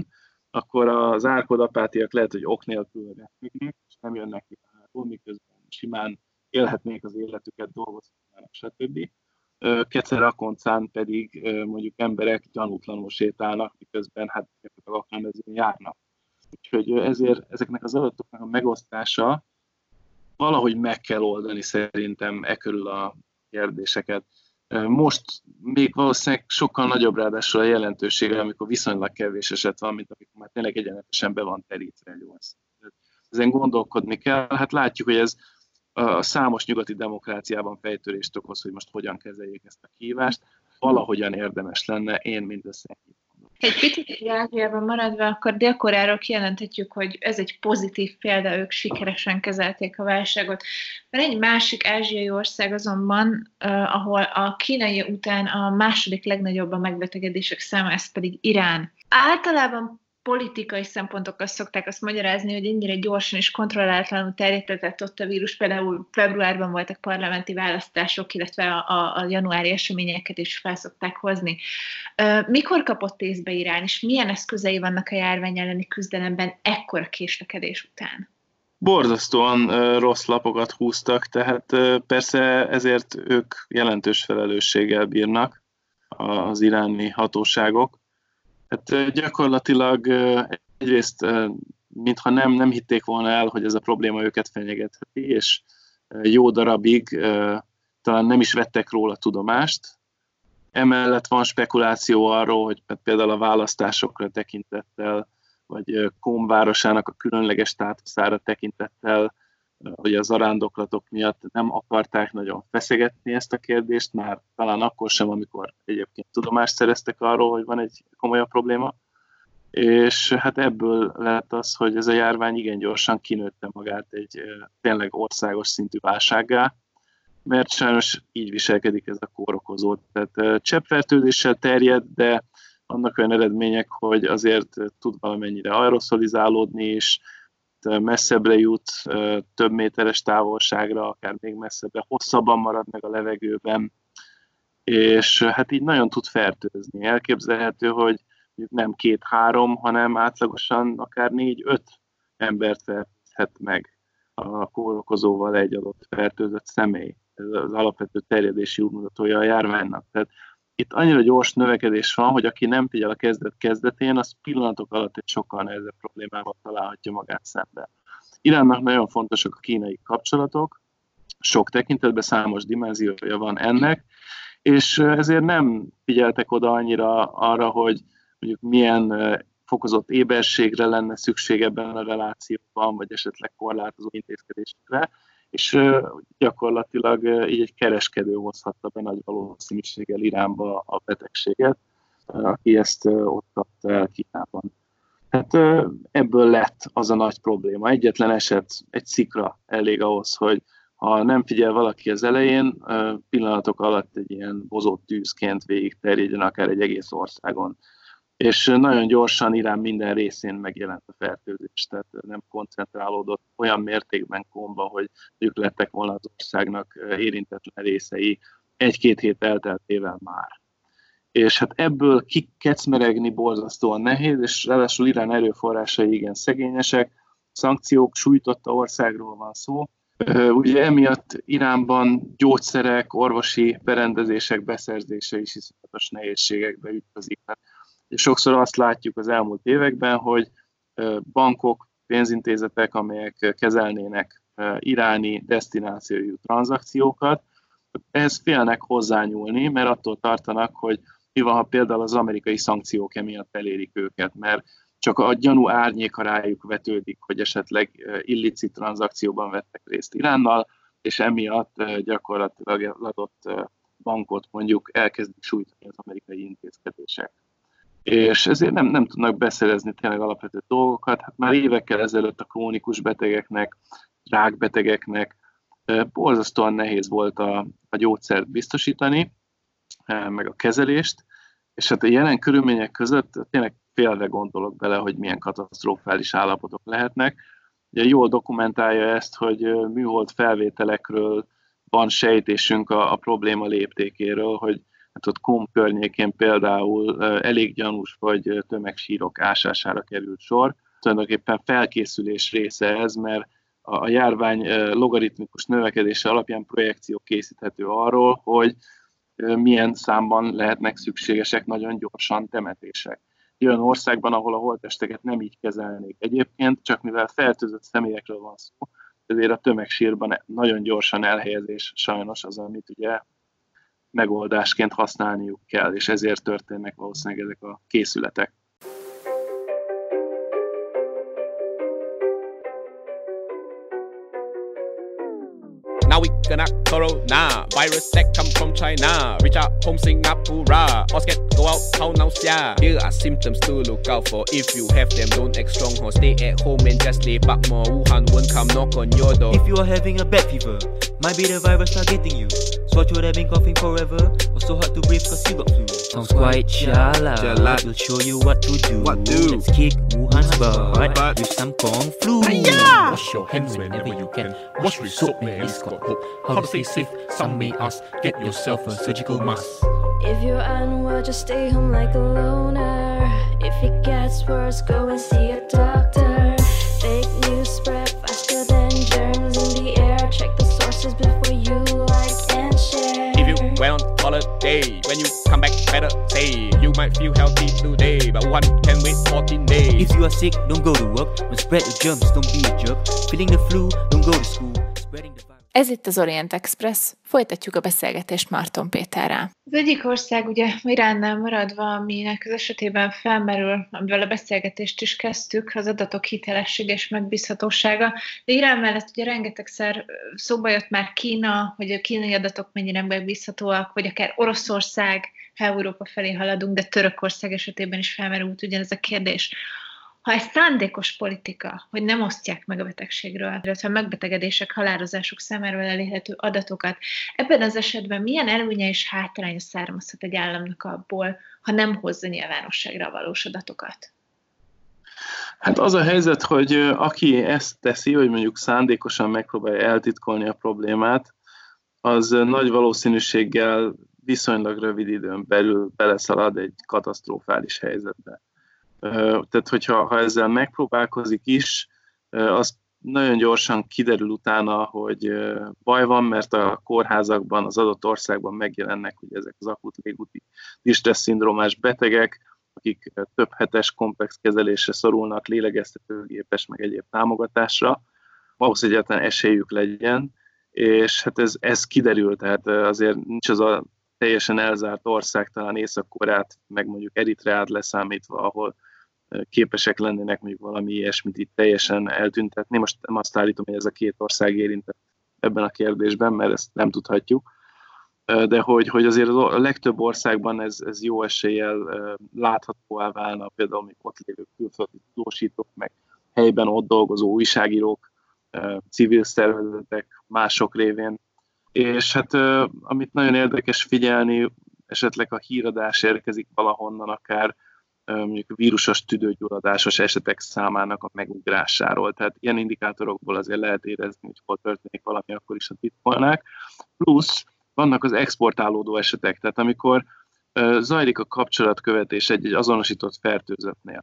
akkor az árkodapátiak lehet, hogy ok nélkül repülnek, és nem jönnek ki pályáról, miközben simán élhetnék az életüket, dolgozhatnának, stb. Kecerakoncán pedig mondjuk emberek gyanútlanul sétálnak, miközben hát akár ezért járnak. Úgyhogy ezért ezeknek az adatoknak a megosztása valahogy meg kell oldani szerintem körül a kérdéseket. Most még valószínűleg sokkal nagyobb ráadásul a jelentősége, amikor viszonylag kevés eset van, mint amikor már tényleg egyenletesen be van terítve egy ország. Ezen gondolkodni kell. Hát látjuk, hogy ez a számos nyugati demokráciában fejtörést okoz, hogy most hogyan kezeljék ezt a kihívást. Valahogyan érdemes lenne, én mindössze ennyit mondom. Egy picit Ázsiában maradva, akkor Dél-Koreáról kijelenthetjük, hogy ez egy pozitív példa, ők sikeresen kezelték a válságot. Van egy másik ázsiai ország azonban, ahol a kínai után a második legnagyobb a megbetegedések száma, ez pedig Irán. Általában politikai szempontokkal szokták azt magyarázni, hogy ennyire gyorsan és kontrollálatlanul terjedtett ott a vírus. Például februárban voltak parlamenti választások, illetve a januári eseményeket is fel szokták hozni. Mikor kapott észbe Irán, és milyen eszközei vannak a járvány elleni küzdelemben ekkora késlekedés után? Borzasztóan rossz lapokat húztak, tehát persze ezért ők jelentős felelősséggel bírnak, az iráni hatóságok. Hát gyakorlatilag egyrészt, mintha nem hitték volna el, hogy ez a probléma őket fenyegetheti, és jó darabig talán nem is vettek róla tudomást. Emellett van spekuláció arról, hogy például a választásokra tekintettel, vagy Qom városának a különleges státuszára tekintettel, hogy az zarándoklatok miatt nem akarták nagyon feszegetni ezt a kérdést, már talán akkor sem, amikor egyébként tudomást szereztek arról, hogy van egy komolyabb probléma. És hát ebből lett az, hogy ez a járvány igen gyorsan kinőtte magát egy tényleg országos szintű válsággá, mert sajnos így viselkedik ez a kórokozó. Tehát cseppfertőzéssel terjed, de annak olyan eredmények, hogy azért tud valamennyire aeroszolizálódni is, messzebbre jut, több méteres távolságra, akár még messzebbre, hosszabban marad meg a levegőben, és hát így nagyon tud fertőzni. Elképzelhető, hogy nem 2-3, hanem átlagosan akár 4-5 embert fertőzhet meg a kórokozóval egy adott fertőzött személy. Ez az alapvető terjedési útmutatója a járványnak. Tehát itt annyira gyors növekedés van, hogy aki nem figyel a kezdetén, az pillanatok alatt egy sokkal nehezebb problémával találhatja magát szembe. Iránnak nagyon fontosak a kínai kapcsolatok, sok tekintetben számos dimenziója van ennek, és ezért nem figyeltek oda annyira arra, hogy mondjuk milyen fokozott éberségre lenne szükség ebben a relációban, vagy esetleg korlátozó intézkedésekre, és gyakorlatilag így egy kereskedő hozhatta be nagy valószínűséggel Iránba a betegséget, aki ezt ott kapta el Kínában. Hát ebből lett az a nagy probléma. Egyetlen eset, egy szikra elég ahhoz, hogy ha nem figyel valaki az elején, pillanatok alatt egy ilyen bozott tűzként végig terjedjen akár egy egész országon. És nagyon gyorsan Irán minden részén megjelent a fertőzés, tehát nem koncentrálódott olyan mértékben Qomba, hogy ők lettek volna az országnak érintetlen részei 1-2 hét elteltével már. És hát ebből kikecmeregni borzasztóan nehéz, és ráadásul Irán erőforrásai igen szegényesek, szankciók sújtotta országról van szó. Ugye emiatt Iránban gyógyszerek, orvosi berendezések beszerzése is iszonyatos nehézségekbe ütközik. És sokszor azt látjuk az elmúlt években, hogy bankok, pénzintézetek, amelyek kezelnének iráni desztinációjú tranzakciókat, ehhez félnek hozzányúlni, mert attól tartanak, hogy mi van, ha például az amerikai szankciók emiatt elérik őket, mert csak a gyanú árnyéka rájuk vetődik, hogy esetleg illicit tranzakcióban vettek részt Iránnal, és emiatt gyakorlatilag adott bankot mondjuk elkezdik sújtani az amerikai intézkedések. És ezért nem tudnak beszerezni tényleg alapvető dolgokat. Hát már évekkel ezelőtt a krónikus betegeknek, rákbetegeknek borzasztóan nehéz volt a gyógyszert biztosítani, meg a kezelést, és hát a jelen körülmények között tényleg félve gondolok bele, hogy milyen katasztrofális állapotok lehetnek. Ugye jól dokumentálja ezt, hogy műhold felvételekről van sejtésünk a probléma léptékéről, hogy Hát ott Kom környékén például elég gyanús vagy tömegsírok ásására került sor. Tulajdonképpen felkészülés része ez, mert a járvány logaritmikus növekedése alapján projekció készíthető arról, hogy milyen számban lehetnek szükségesek nagyon gyorsan temetések. Olyan országban, ahol a holttesteket nem így kezelnék egyébként, csak mivel fertőzött személyekről van szó, ezért a tömegsírban nagyon gyorsan elhelyezés sajnos az, amit ugye megoldásként használniuk kell, és ezért történnek valószínűleg ezek a készületek. Now we gonna corona virus that come from China. Reach out home Singapore. All scared go out how now yeah. Here are symptoms to look out for. If you have them, don't act strong or stay at home and just lay back more. Wuhan won't come knock on your door. If you are having a bad fever, might be the virus targeting you. Sore throat have been coughing forever, or so hard to breathe cause you got flu. Sounds quite chala. We'll show you what to do. Let's kick Wuhan's butt with some Kung Flu. Wash your hands whenever you can. Wash with soap where it's got hope. How to stay safe? Some may ask. Get yourself a surgical mask. If you're unwell, just stay home like a loner. If it gets worse, go and see a doctor. Fake news spread faster than germs in the air. Check the sources before you like and share. If you went on holiday, when you come back, better say you might feel healthy today, but one can wait 14 days. If you are sick, don't go to work. Don't spread the germs, don't be a jerk. Feeling the flu, don't go to school. Spreading the virus. Ez itt az Orient Express. Folytatjuk a beszélgetést Marton Péterrel. Az egyik ország, ugye Iránnál maradva, aminek az esetében felmerül, amivel a beszélgetést is kezdtük, az adatok hitelessége és megbízhatósága. De Irán mellett ugye rengetegszer szóba jött már Kína, hogy a kínai adatok mennyire megbízhatóak, vagy akár Oroszország, ha Európa felé haladunk, de Törökország esetében is felmerült ugyanez a kérdés. Ha ez szándékos politika, hogy nem osztják meg a betegségről, illetve a megbetegedések, halálozások számáról elérhető adatokat, ebben az esetben milyen előnye és hátránya származhat egy államnak abból, ha nem hozza nyilvánosságra a valós adatokat? Hát az a helyzet, hogy aki ezt teszi, hogy mondjuk szándékosan megpróbálja eltitkolni a problémát, az nagy valószínűséggel viszonylag rövid időn belül beleszalad egy katasztrofális helyzetbe. Tehát, hogyha ezzel megpróbálkozik is, az nagyon gyorsan kiderül utána, hogy baj van, mert a kórházakban, az adott országban megjelennek ugye ezek az akut légúti distress-szindrómás betegek, akik több hetes komplex kezelésre szorulnak, lélegeztetőgépes, meg egyéb támogatásra, ahhoz egyáltalán esélyük legyen, és hát ez kiderül, tehát azért nincs az a teljesen elzárt ország, talán Észak-Koreát, meg mondjuk Eritreát leszámítva, ahol képesek lennének mondjuk valami ilyesmit itt teljesen eltüntetni. Most nem azt állítom, hogy ez a két ország érintett ebben a kérdésben, mert ezt nem tudhatjuk, de hogy azért a legtöbb országban ez jó eséllyel láthatóvá válna, például még ott lévő külföldi tudósítók, meg helyben ott dolgozó újságírók, civil szervezetek, mások révén. És hát amit nagyon érdekes figyelni, esetleg a híradás érkezik valahonnan, akár mondjuk vírusos tüdőgyulladásos esetek számának a megugrásáról. Tehát ilyen indikátorokból azért lehet érezni, hogy hol történik valami, akkor is a titkolnák. Plusz vannak az exportálódó esetek, tehát amikor zajlik a kapcsolatkövetés egy azonosított fertőzöttnél,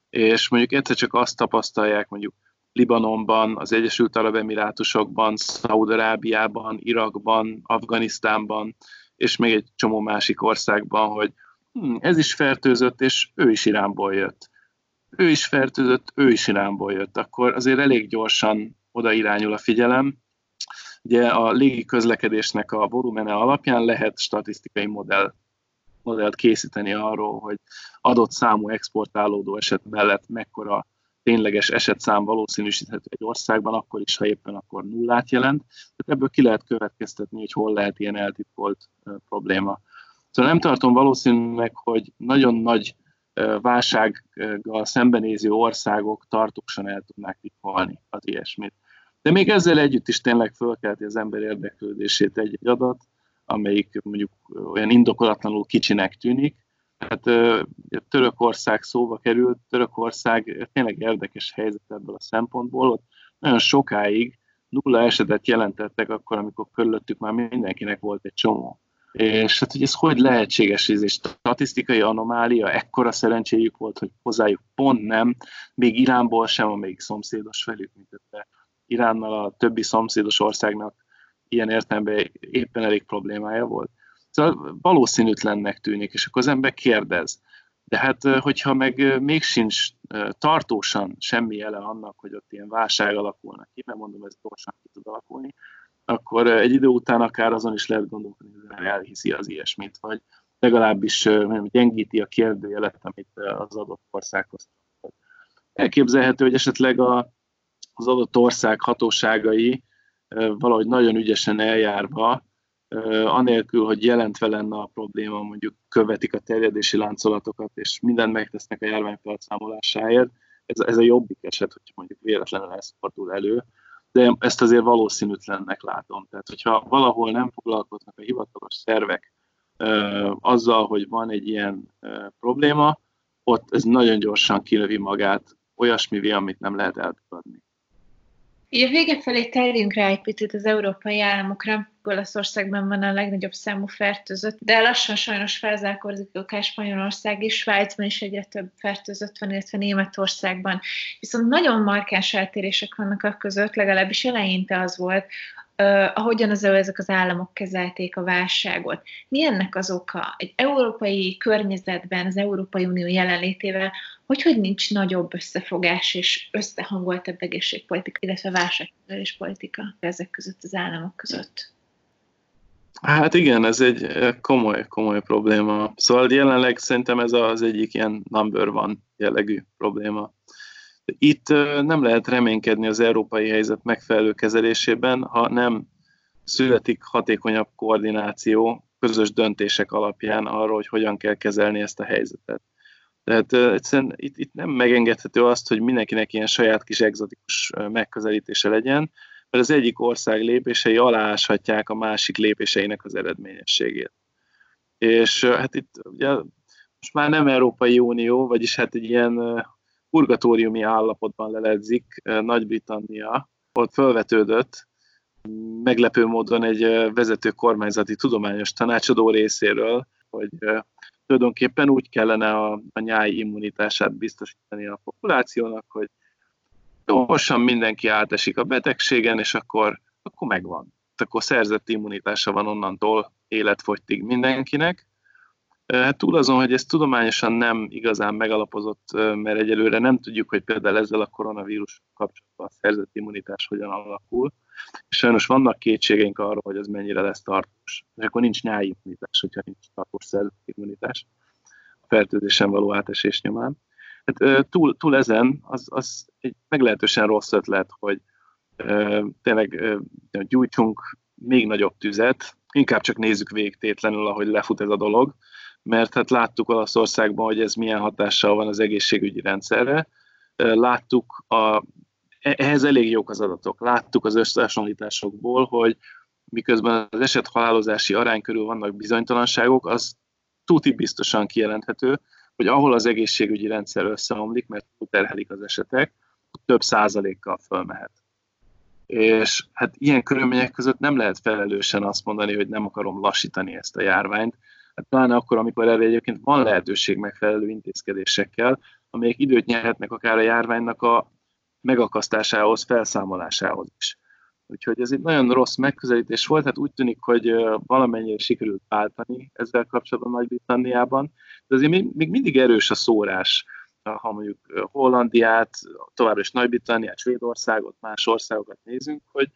és mondjuk egyszer csak azt tapasztalják mondjuk Libanonban, az Egyesült Arab Emirátusokban, Szaúd-Arábiában, Irakban, Afganisztánban, és még egy csomó másik országban, hogy ez is fertőzött, és ő is Iránból jött. Ő is fertőzött, ő is Iránból jött. Akkor azért elég gyorsan oda irányul a figyelem. Ugye a légi közlekedésnek a volumene alapján lehet statisztikai modellt készíteni arról, hogy adott számú exportálódó eset mellett mekkora tényleges esetszám valószínűsíthető egy országban, akkor is, ha éppen akkor nullát jelent. Tehát ebből ki lehet következtetni, hogy hol lehet ilyen eltitkolt probléma. Szóval nem tartom valószínűleg, hogy nagyon nagy válsággal szembenéző országok tartósan el tudnák titkolni az ilyesmit. De még ezzel együtt is tényleg fölkelti az ember érdeklődését egy adat, amelyik mondjuk olyan indokolatlanul kicsinek tűnik. Hát Törökország szóba került, Törökország tényleg érdekes helyzet ebből a szempontból, ott nagyon sokáig nulla esetet jelentettek akkor, amikor körülöttük már mindenkinek volt egy csomó. És hát, hogy ez hogy lehetséges, ez egy statisztikai anomália, ekkora szerencséjük volt, hogy hozzájuk pont nem, még Iránból sem, amelyik szomszédos velük, mint Iránnal a többi szomszédos országnak ilyen értelemben éppen elég problémája volt. Szóval valószínűtlennek tűnik, és akkor az ember kérdez. De hát, hogyha meg még sincs tartósan semmi jele annak, hogy ott ilyen válság alakulnak ki, mert mondom, ez gyorsan ki tud alakulni, akkor egy idő után akár azon is lehet gondolkodni, hogy elhiszi az ilyesmit, vagy legalábbis gyengíti a kérdőjelet, amit az adott országhoz. Elképzelhető, hogy esetleg az adott ország hatóságai valahogy nagyon ügyesen eljárva, anélkül, hogy jelentve lenne a probléma, mondjuk követik a terjedési láncolatokat, és mindent megtesznek a járvány felszámolásáért. Ez a jobbik eset, hogy mondjuk véletlenül ez fordul elő, de ezt azért valószínűtlennek látom. Tehát, hogyha valahol nem foglalkoznak a hivatalos szervek azzal, hogy van egy ilyen probléma, ott ez nagyon gyorsan kilövi magát olyasmivé, amit nem lehet elfogadni. Így a vége felé térjünk rá egy picit az európai államokra. Olaszországban van a legnagyobb számú fertőzött, de lassan sajnos felzárkózik akár Spanyolország is, Svájcban is egyre több fertőzött van, illetve Németországban. Viszont nagyon markáns eltérések vannak a között, legalábbis eleinte az volt, ahogyan ezek az államok kezelték a válságot. Mi ennek az oka? Egy európai környezetben, az Európai Unió jelenlétével, hogy nincs nagyobb összefogás és összehangoltabb egészségpolitika, illetve válságkezelés politika ezek között az államok között? Hát igen, ez egy komoly probléma. Szóval jelenleg szerintem ez az egyik ilyen number one jellegű probléma. Itt nem lehet reménykedni az európai helyzet megfelelő kezelésében, ha nem születik hatékonyabb koordináció, közös döntések alapján arról, hogy hogyan kell kezelni ezt a helyzetet. Tehát egyszerűen itt nem megengedhető azt, hogy mindenkinek ilyen saját kis egzotikus megközelítése legyen, mert az egyik ország lépései alááshatják a másik lépéseinek az eredményességét. És hát itt ugye most már nem Európai Unió, vagyis hát egy ilyen purgatóriumi állapotban leledzik Nagy-Britannia. Ott felvetődött meglepő módon egy vezető kormányzati tudományos tanácsadó részéről, hogy tulajdonképpen úgy kellene a nyáj immunitását biztosítani a populációnak, hogy gyorsan mindenki átesik a betegségen, és akkor megvan. Akkor szerzett immunitása van onnantól életfogytig mindenkinek. Hát túl azon, hogy ez tudományosan nem igazán megalapozott, mert egyelőre nem tudjuk, hogy például ezzel a koronavírus kapcsolatban a szerzett immunitás hogyan alakul. És sajnos vannak kétségeink arról, hogy ez mennyire lesz tartós. És akkor nincs nyári immunitás, hogyha nincs tartós szerzett immunitás a fertőzésen való átesés nyomán. Hát, túl ezen az egy meglehetősen rossz ötlet, hogy tényleg gyújtsunk még nagyobb tüzet, inkább csak nézzük végtétlenül, ahogy lefut ez a dolog, mert hát láttuk Olaszországban, hogy ez milyen hatással van az egészségügyi rendszerre. Láttuk, ehhez elég jók az adatok. Láttuk az összehasonlításokból, hogy miközben az esethalálozási arány körül vannak bizonytalanságok, az tuti biztosan kijelenthető, hogy ahol az egészségügyi rendszer összeomlik, mert terhelik az esetek, több százalékkal fölmehet. És hát ilyen körülmények között nem lehet felelősen azt mondani, hogy nem akarom lassítani ezt a járványt. Hát pláne akkor, amikor erre egyébként van lehetőség megfelelő intézkedésekkel, amelyek időt nyerhetnek akár a járványnak a megakasztásához, felszámolásához is. Úgyhogy ez egy nagyon rossz megközelítés volt, hát úgy tűnik, hogy valamennyire sikerült váltani ezzel kapcsolatban Nagy-Britanniában, de azért még mindig erős a szórás, ha mondjuk Hollandiát, továbbra is Nagy-Britanniát, Svédországot, más országokat nézünk, hogy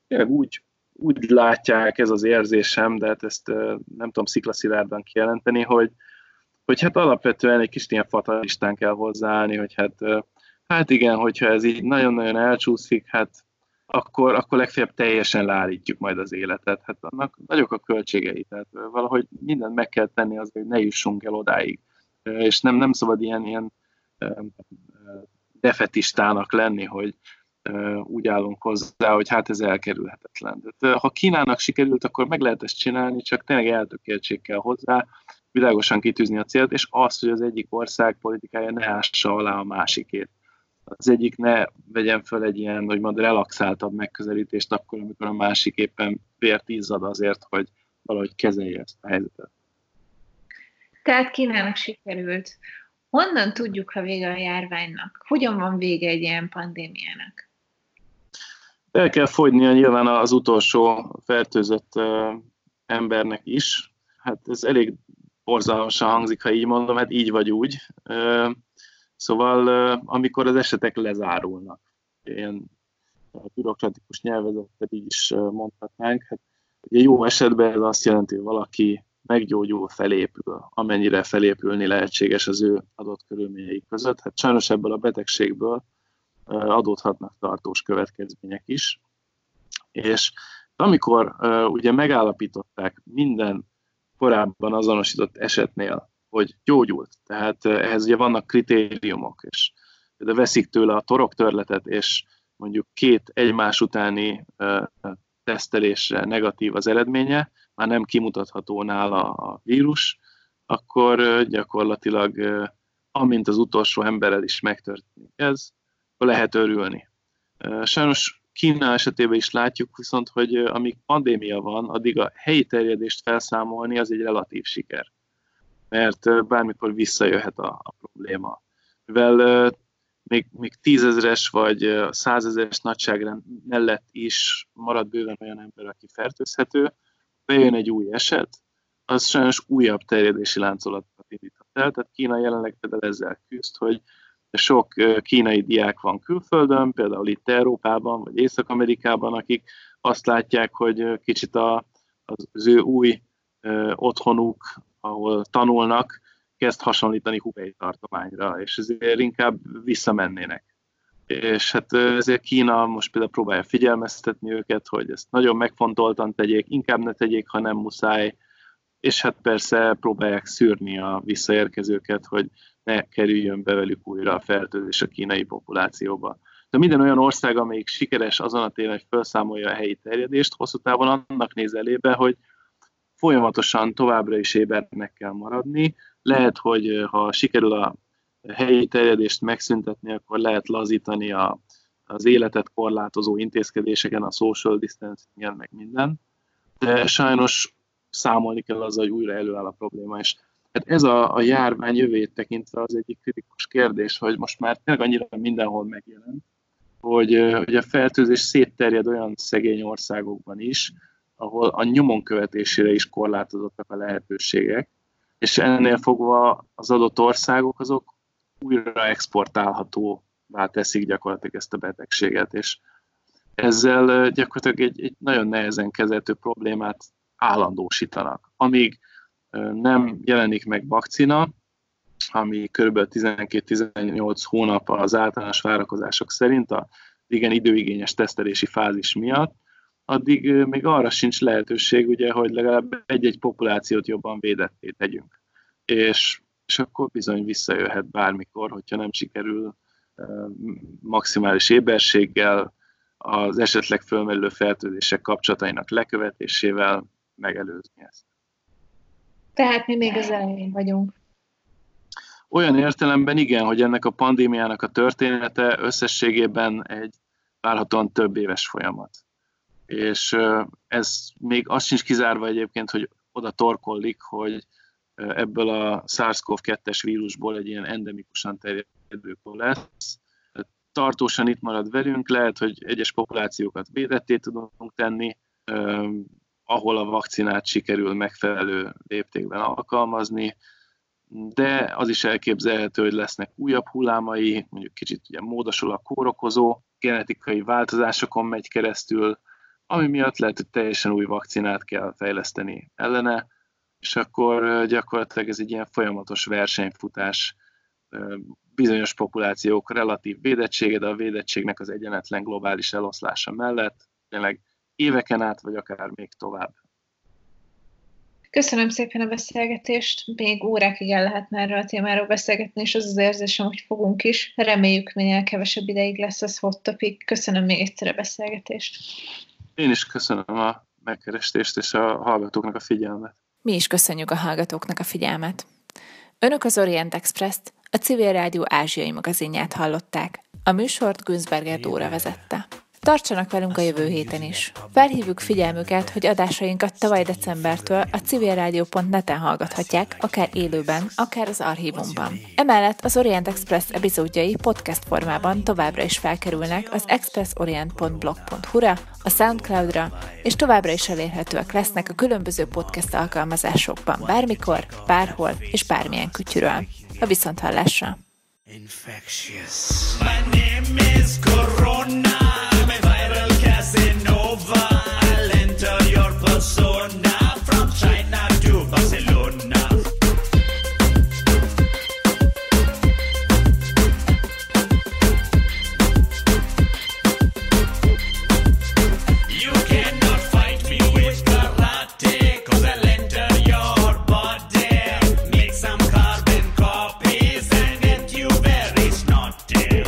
úgy látják, ez az érzésem, de hát ezt nem tudom sziklaszilárdan kijelenteni, hogy hát alapvetően egy kis ilyen fatalistán kell hozzáállni, hogy hát igen, hogyha ez így nagyon-nagyon elcsúszik, hát akkor legfeljebb teljesen leállítjuk majd az életet. Hát annak nagyok a költségei, tehát valahogy mindent meg kell tenni azért, hogy ne jussunk el odáig. És nem szabad ilyen defetistának lenni, hogy úgy állunk hozzá, hogy hát ez elkerülhetetlen. Tehát, ha Kínának sikerült, akkor meg lehet ezt csinálni, csak tényleg eltökéltség kell hozzá, világosan kitűzni a célt, és az, hogy az egyik ország politikája ne ássa alá a másikét. Az egyik ne vegyen föl egy ilyen, úgymond relaxáltabb megközelítést akkor, amikor a másik éppen vért izzad azért, hogy valahogy kezelje ezt a helyzetet. Tehát Kínának sikerült. Honnan tudjuk, ha vége a járványnak? Hogyan van vége egy ilyen pandémiának? El kell fogynia nyilván az utolsó fertőzött embernek is. Hát ez elég borzalmasan hangzik, ha így mondom, hát így vagy úgy. Szóval amikor az esetek lezárulnak, ilyen bürokratikus nyelvezettel így is mondhatnánk, hát ugye jó esetben ez azt jelenti, hogy valaki meggyógyul, felépül, amennyire felépülni lehetséges az ő adott körülményei között. Hát sajnos ebből a betegségből adódhatnak tartós következmények is. És amikor ugye megállapították minden korábban azonosított esetnél, hogy gyógyult, tehát ehhez ugye vannak kritériumok, és de veszik tőle a toroktörletet, és mondjuk 2 egymás utáni tesztelésre negatív az eredménye, már nem kimutatható nála a vírus, akkor gyakorlatilag, amint az utolsó emberrel is megtörténik ez, akkor lehet örülni. Sajnos Kína esetében is látjuk viszont, hogy amíg pandémia van, addig a helyi terjedést felszámolni az egy relatív siker. Mert bármikor visszajöhet a probléma. Mivel még 10 000-es vagy 100 000-es nagyságrend mellett is marad bőven olyan ember, aki fertőzhető, bejön egy új eset, az sajnos újabb terjedési láncolatot indíthat el. Tehát Kína jelenleg például ezzel küzd, hogy sok kínai diák van külföldön, például itt Európában vagy Észak-Amerikában, akik azt látják, hogy kicsit az ő új otthonuk, ahol tanulnak, kezd hasonlítani Hubei tartományra, és ezért inkább visszamennének. És hát ezért Kína most például próbálja figyelmeztetni őket, hogy ezt nagyon megfontoltan tegyék, inkább ne tegyék, ha nem muszáj, és hát persze próbálják szűrni a visszaérkezőket, hogy ne kerüljön be velük újra a fertőzés a kínai populációba. De minden olyan ország, amelyik sikeres azon a téren, hogy felszámolja a helyi terjedést, hosszú távon annak néz elébe, hogy folyamatosan továbbra is ébernek kell maradni. Lehet, hogy ha sikerül a helyi terjedést megszüntetni, akkor lehet lazítani az életet korlátozó intézkedéseken, a social distancingen, meg minden. De sajnos számolni kell azzal, hogy újra előáll a probléma. És hát ez a járvány jövőjét tekintve az egyik kritikus kérdés, hogy most már tényleg annyira mindenhol megjelent, hogy a fertőzés szétterjed olyan szegény országokban is, ahol a nyomon követésére is korlátozottak a lehetőségek, és ennél fogva az adott országok azok újra exportálhatóvá teszik gyakorlatilag ezt a betegséget, és ezzel gyakorlatilag egy nagyon nehezen kezelhető problémát állandósítanak. Amíg nem jelenik meg vakcina, ami kb. 12-18 hónap az általános várakozások szerint a igen időigényes tesztelési fázis miatt, addig még arra sincs lehetőség, ugye, hogy legalább egy-egy populációt jobban védetté tegyünk. És akkor bizony visszajöhet bármikor, hogyha nem sikerül maximális éberséggel az esetleg fölmerülő fertőzések kapcsolatainak lekövetésével megelőzni ezt. Tehát mi még az elején vagyunk. Olyan értelemben igen, hogy ennek a pandémiának a története összességében egy várhatóan több éves folyamat. És ez még azt sincs kizárva egyébként, hogy oda torkollik, hogy ebből a SARS-CoV-2-es vírusból egy ilyen endemikusan terjedő lesz. Tartósan itt marad velünk, lehet, hogy egyes populációkat védetté tudunk tenni, ahol a vakcinát sikerül megfelelő léptékben alkalmazni, de az is elképzelhető, hogy lesznek újabb hullámai, mondjuk kicsit ugye módosul a kórokozó, genetikai változásokon megy keresztül, ami miatt lehet, hogy teljesen új vakcinát kell fejleszteni ellene, és akkor gyakorlatilag ez egy ilyen folyamatos versenyfutás, bizonyos populációk relatív védettsége, de a védettségnek az egyenetlen globális eloszlása mellett tényleg éveken át, vagy akár még tovább. Köszönöm szépen a beszélgetést, még órákig el lehetne erről a témáról beszélgetni, és az az érzésem, hogy fogunk is. Reméljük, minél kevesebb ideig lesz az hot topic. Köszönöm még egyszer a beszélgetést. Én is köszönöm a megkerestést és a hallgatóknak a figyelmet. Mi is köszönjük a hallgatóknak a figyelmet. Önök az Orient Express-t, a Civil Rádió ázsiai magazinját hallották. A műsort Günzberger Dóra vezette. Tartsanak velünk a jövő héten is. Felhívjuk figyelmüket, hogy adásainkat tavaly decembertől a civilradio.net-en hallgathatják, akár élőben, akár az archívumban. Emellett az Orient Express epizódjai podcast formában továbbra is felkerülnek az expressorient.blog.hu-ra, a Soundcloud-ra, és továbbra is elérhetőek lesznek a különböző podcast alkalmazásokban bármikor, bárhol és bármilyen kütyűről. A viszonthallásra! Infectious. My name is Corona. I'm a viral Casanova. I'll enter your persona from China to Barcelona. You cannot fight me with karate, 'cause I'll enter your body. Make some carbon copies and get you very snotty.